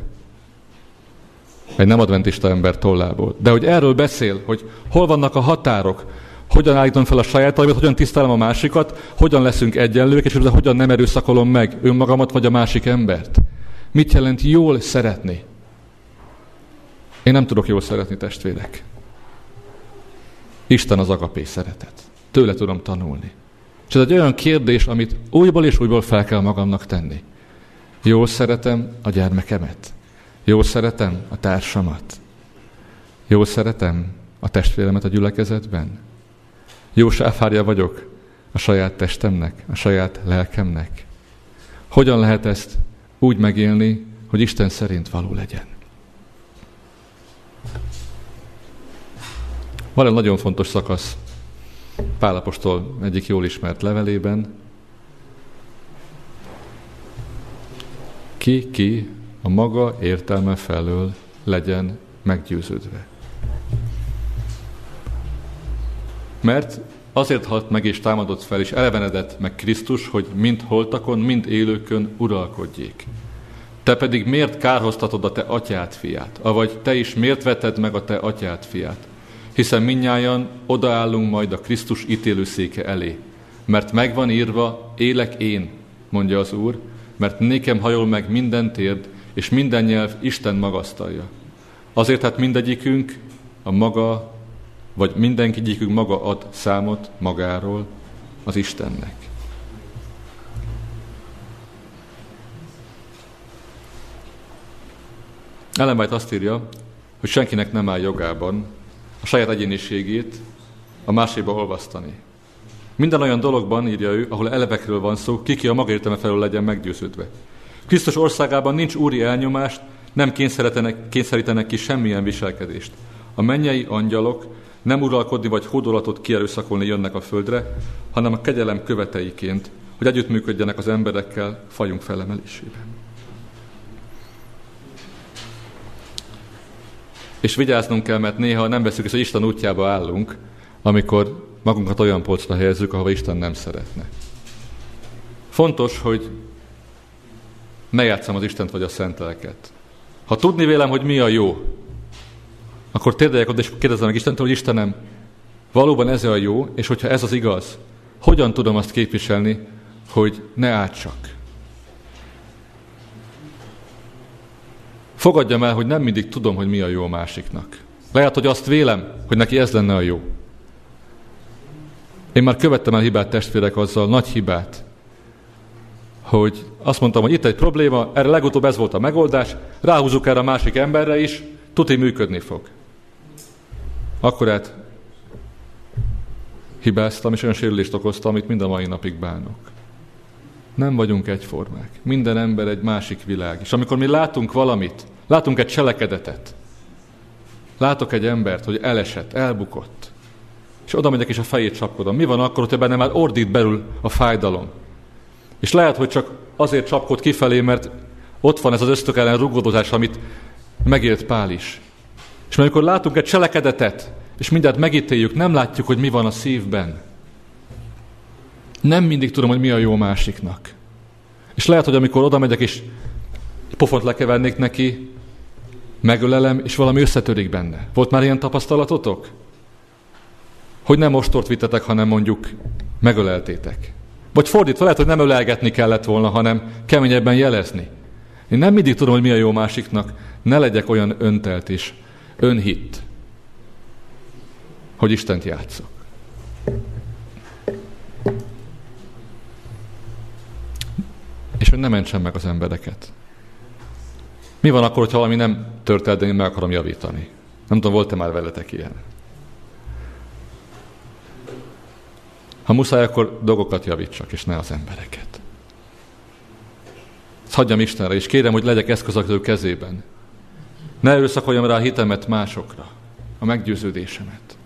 Egy nem adventista ember tollából. De hogy erről beszél, hogy hol vannak a határok, hogyan állítom fel a sajátaimat, hogyan tisztelem a másikat, hogyan leszünk egyenlők, és hogyan nem erőszakolom meg önmagamat vagy a másik embert. Mit jelent jól szeretni? Én nem tudok jól szeretni, testvérek. Isten az agapé szeretet. Tőle tudom tanulni. És ez egy olyan kérdés, amit újból és újból fel kell magamnak tenni. Jól szeretem a gyermekemet. Jól szeretem a társamat. Jól szeretem a testvéremet a gyülekezetben. Jó sáfárja vagyok a saját testemnek, a saját lelkemnek. Hogyan lehet ezt úgy megélni, hogy Isten szerint való legyen? Van egy nagyon fontos szakasz Pál apostol egyik jól ismert levelében. Ki a maga értelme felől legyen meggyőződve. Mert azért halt meg és támadott fel, és elevenedett meg Krisztus, hogy mind holtakon, mind élőkön uralkodjék. Te pedig miért kárhoztatod a te atyád fiát? Avagy te is miért veted meg a te atyád fiát? Hiszen mindnyájan odaállunk majd a Krisztus ítélőszéke elé. Mert megvan írva, élek én, mondja az Úr, mert nékem hajol meg minden térd, és minden nyelv Isten magasztalja. Azért hát mindegyikünk a maga, vagy mindenkigyikünk maga ad számot magáról az Istennek. Ellen White azt írja, hogy senkinek nem áll jogában a saját egyéniségét a máséba olvasztani. Minden olyan dologban, írja ő, ahol elevekről van szó, ki a maga értelme felől legyen meggyőződve. Krisztus országában nincs úri elnyomást, nem kényszerítenek ki semmilyen viselkedést. A mennyei angyalok nem uralkodni vagy hódolatot kierőszakolni jönnek a földre, hanem a kegyelem követeiként, hogy együttműködjenek az emberekkel fajunk felemelésében. És vigyáznunk kell, mert néha nem veszük, hogy Isten útjába állunk, amikor magunkat olyan polcra helyezzük, ahova Isten nem szeretne. Fontos, hogy ne játsszam az Istent vagy a szent lelket. Ha tudni vélem, hogy mi a jó, akkor térdeljek oda, és kérdezzem meg Istentől, hogy Istenem, valóban ez a jó, és hogyha ez az igaz, hogyan tudom azt képviselni, hogy ne átsak? Fogadjam el, hogy nem mindig tudom, hogy mi a jó a másiknak. Lehet, hogy azt vélem, hogy neki ez lenne a jó. Én már követtem el hibát, testvérek, azzal, nagy hibát, hogy azt mondtam, hogy itt egy probléma, erre legutóbb ez volt a megoldás, ráhúzzuk erre a másik emberre is, tuti működni fog. Akkor hát hibáztam, és olyan sérülést okoztam, amit mind a mai napig bánok. Nem vagyunk egyformák. Minden ember egy másik világ. És amikor mi látunk valamit, látunk egy cselekedetet, látok egy embert, hogy elesett, elbukott, és oda megyek és a fejét csapkodom. Mi van akkor, hogyha benne már ordít belül a fájdalom? És lehet, hogy csak azért csapkod kifelé, mert ott van ez az ösztök ellen rugódozás, amit megélt Pál is. És amikor látunk egy cselekedetet, és mindent megítéljük, nem látjuk, hogy mi van a szívben. Nem mindig tudom, hogy mi a jó másiknak. És lehet, hogy amikor oda megyek, és pofont lekevernék neki, megölelem, és valami összetörik benne. Volt már ilyen tapasztalatotok? Hogy nem ostort vittetek, hanem mondjuk megöleltétek. Vagy fordítva, lehet, hogy nem ölelgetni kellett volna, hanem keményebben jelezni. Én nem mindig tudom, hogy mi a jó másiknak. Ne legyek olyan öntelt és önhitt, hogy Istent játszok. És hogy ne mentsem meg az embereket. Mi van akkor, hogyha valami nem tört el, de én meg akarom javítani? Nem tudom, volt-e már veletek ilyen? Ha muszáj, akkor dolgokat javítsak, és ne az embereket. Ezt hagyjam Istenre, és kérem, hogy legyek eszköz az ő kezében. Ne erőszakoljam rá a hitemet másokra, a meggyőződésemet.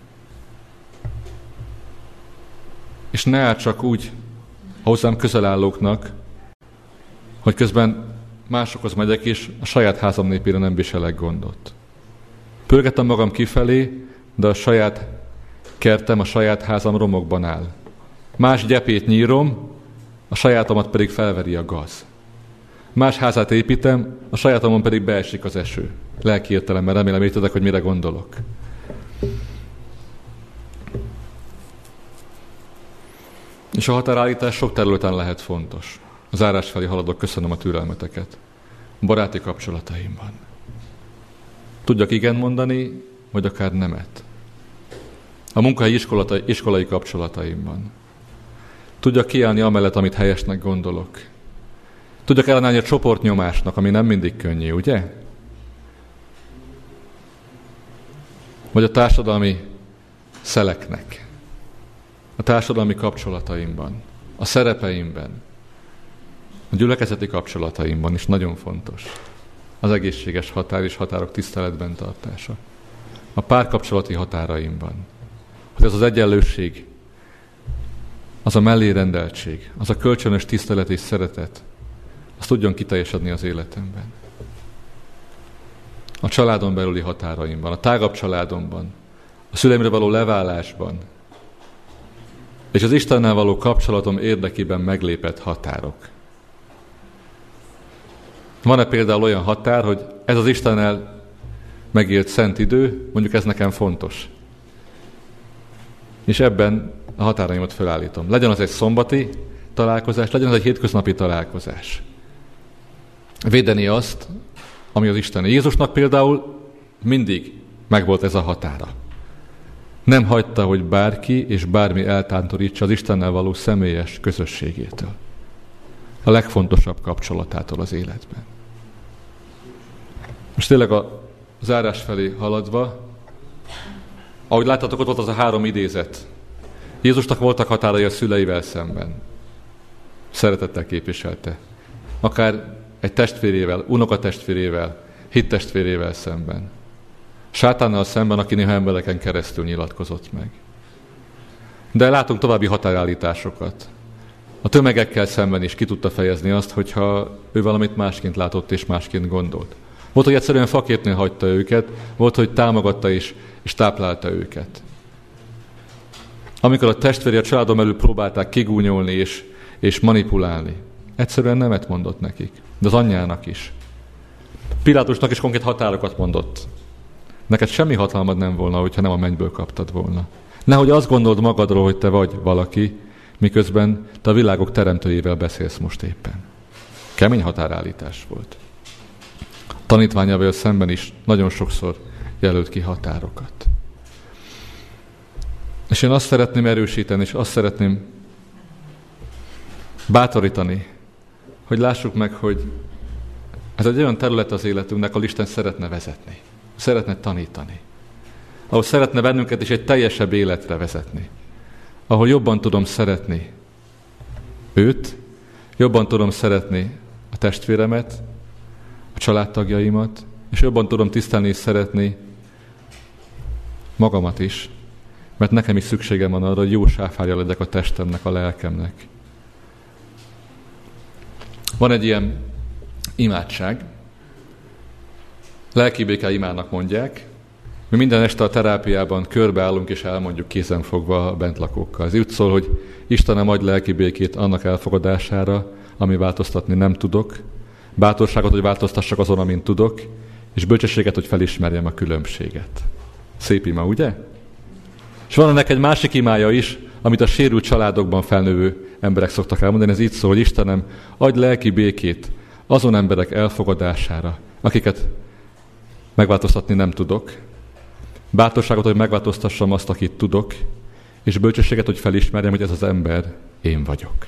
És ne áll csak úgy a hozzám közel állóknak, hogy közben másokhoz megyek, és a saját házam népére nem viselek gondot. Pörgetem magam kifelé, de a saját kertem, a saját házam romokban áll. Más gyepét nyírom, a sajátomat pedig felveri a gaz. Más házát építem, a sajátomon pedig beesik az eső. Lelki értelemben remélem értedek, hogy mire gondolok. És a határállítás sok területen lehet fontos. A zárás felé haladok, köszönöm a türelmeteket. Baráti kapcsolataimban. Tudjak igen mondani, vagy akár nemet. A munkahelyi iskolai kapcsolataimban. Tudjak kiállni amellett, amit helyesnek gondolok. Tudjak ellenállni a csoportnyomásnak, ami nem mindig könnyű, ugye? Vagy a társadalmi szeleknek. A társadalmi kapcsolataimban. A szerepeimben. A gyülekezeti kapcsolataimban is nagyon fontos. Az egészséges határ és határok tiszteletben tartása. A párkapcsolati határaimban. Hogy az az egyenlőség, az a mellérendeltség, az a kölcsönös tisztelet és szeretet, az tudjon kiteljesedni az életemben. A családon belüli határaimban, a tágabb családomban, a szüleimre való leválásban, és az Istennel való kapcsolatom érdekében meglépett határok. Van-e például olyan határ, hogy ez az Istennel megélt szent idő, mondjuk ez nekem fontos. És ebben a határaimat felállítom. Legyen az egy szombati találkozás, legyen az egy hétköznapi találkozás. Védeni azt, ami az Isten. Jézusnak például mindig megvolt ez a határa. Nem hagyta, hogy bárki és bármi eltántorítsa az Istennel való személyes közösségétől. A legfontosabb kapcsolatától az életben. Most tényleg a zárás felé haladva, ahogy láttátok, ott volt az a 3 idézet. Jézusnak voltak határai a szüleivel szemben. Szeretettel képviselte. Akár egy testvérével, unokatestvérével, hittestvérével szemben. Sátánnal szemben, aki néha embereken keresztül nyilatkozott meg. De látunk további határállításokat. A tömegekkel szemben is ki tudta fejezni azt, hogyha ő valamit másként látott és másként gondolt. Volt, hogy egyszerűen faképnél hagyta őket, volt, hogy támogatta és táplálta őket. Amikor a testvéri a családon belül próbálták kigúnyolni és manipulálni, egyszerűen nemet mondott nekik, de az anyjának is. Pilátusnak is konkrét határokat mondott. Neked semmi hatalmad nem volna, hogyha nem a mennyből kaptad volna. Nehogy azt gondold magadról, hogy te vagy valaki, miközben te a világok teremtőjével beszélsz most éppen. Kemény határállítás volt. Tanítványával szemben is nagyon sokszor jelölt ki határokat. És én azt szeretném erősíteni, és azt szeretném bátorítani hogy lássuk meg, hogy ez egy olyan terület az életünknek, ahol Isten szeretne vezetni, szeretne tanítani, ahol szeretne bennünket is egy teljesebb életre vezetni, ahol jobban tudom szeretni őt, jobban tudom szeretni a testvéremet, a családtagjaimat, és jobban tudom tisztelni és szeretni magamat is, mert nekem is szükségem van arra, hogy jó sáfárja legyek a testemnek, a lelkemnek. Van egy ilyen imádság, lelkibéke imának mondják. Mi minden este a terápiában körbeállunk és elmondjuk kézenfogva a bentlakókkal. Ez úgy szól, hogy Istenem, adj lelki békét annak elfogadására, ami változtatni nem tudok, bátorságot, hogy változtassak azon, amin tudok, és bölcsességet, hogy felismerjem a különbséget. Szép ima, ugye? És van ennek egy másik imája is, amit a sérült családokban felnövő emberek szoktak elmondani. Ez így szól, hogy Istenem, adj lelki békét azon emberek elfogadására, akiket megváltoztatni nem tudok, bátorságot, hogy megváltoztassam azt, akit tudok, és bölcsességet, hogy felismerjem, hogy ez az ember én vagyok.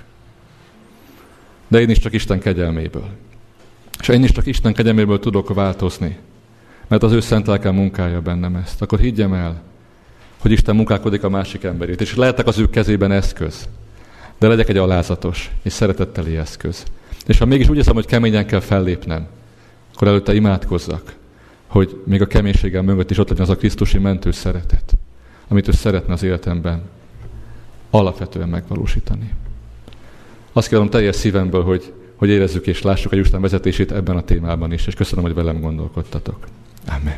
De én is csak Isten kegyelméből. És én is csak Isten kegyelméből tudok változni, mert az ő szent lelke munkálja bennem ezt. Akkor higgyem el, hogy Isten munkálkodik a másik emberét, és lehetek az ő kezében eszköz, de legyek egy alázatos és szeretetteli eszköz. És ha mégis úgy hiszem, hogy keményen kell fellépnem, akkor előtte imádkozzak, hogy még a keménységem mögött is ott legyen az a krisztusi mentő szeretet, amit ő szeretne az életemben alapvetően megvalósítani. Azt kérem teljes szívemből, hogy érezzük és lássuk a Isten vezetését ebben a témában is, és köszönöm, hogy velem gondolkodtatok. Amen.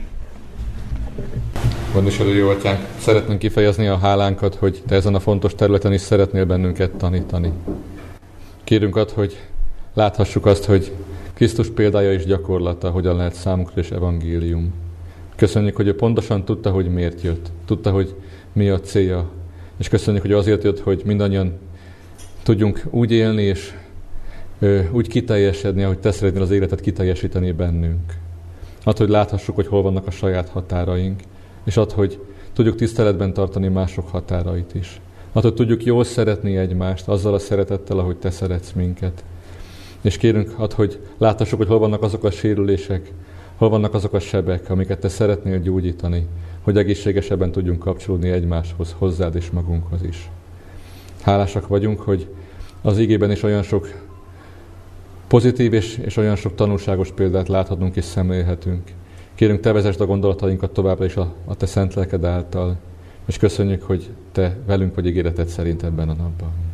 Gondviselő jó atyánk, szeretnénk kifejezni a hálánkat, hogy te ezen a fontos területen is szeretnél bennünket tanítani. Kérünk ad, hogy láthassuk azt, hogy Krisztus példája és gyakorlata hogyan lehet számunkra és evangélium. Köszönjük, hogy ő pontosan tudta, hogy miért jött. Tudta, hogy mi a célja. És köszönjük, hogy azért jött, hogy mindannyian tudjunk úgy élni és úgy kiteljesedni, ahogy te szeretnél az életet kiteljesíteni bennünk. Add, hogy láthassuk, hogy hol vannak a saját határaink, és add, hogy tudjuk tiszteletben tartani mások határait is. Add, hogy tudjuk jól szeretni egymást, azzal a szeretettel, ahogy te szeretsz minket. És kérünk, add, hogy láthassuk, hogy hol vannak azok a sérülések, hol vannak azok a sebek, amiket te szeretnél gyógyítani, hogy egészségesebben tudjunk kapcsolódni egymáshoz, hozzád és magunkhoz is. Hálásak vagyunk, hogy az igében is olyan sok pozitív és olyan sok tanulságos példát láthatunk és szemlélhetünk. Kérünk, te vezesd a gondolatainkat továbbra is a te szent lelked által, és köszönjük, hogy te velünk vagy ígéreted szerint ebben a napban.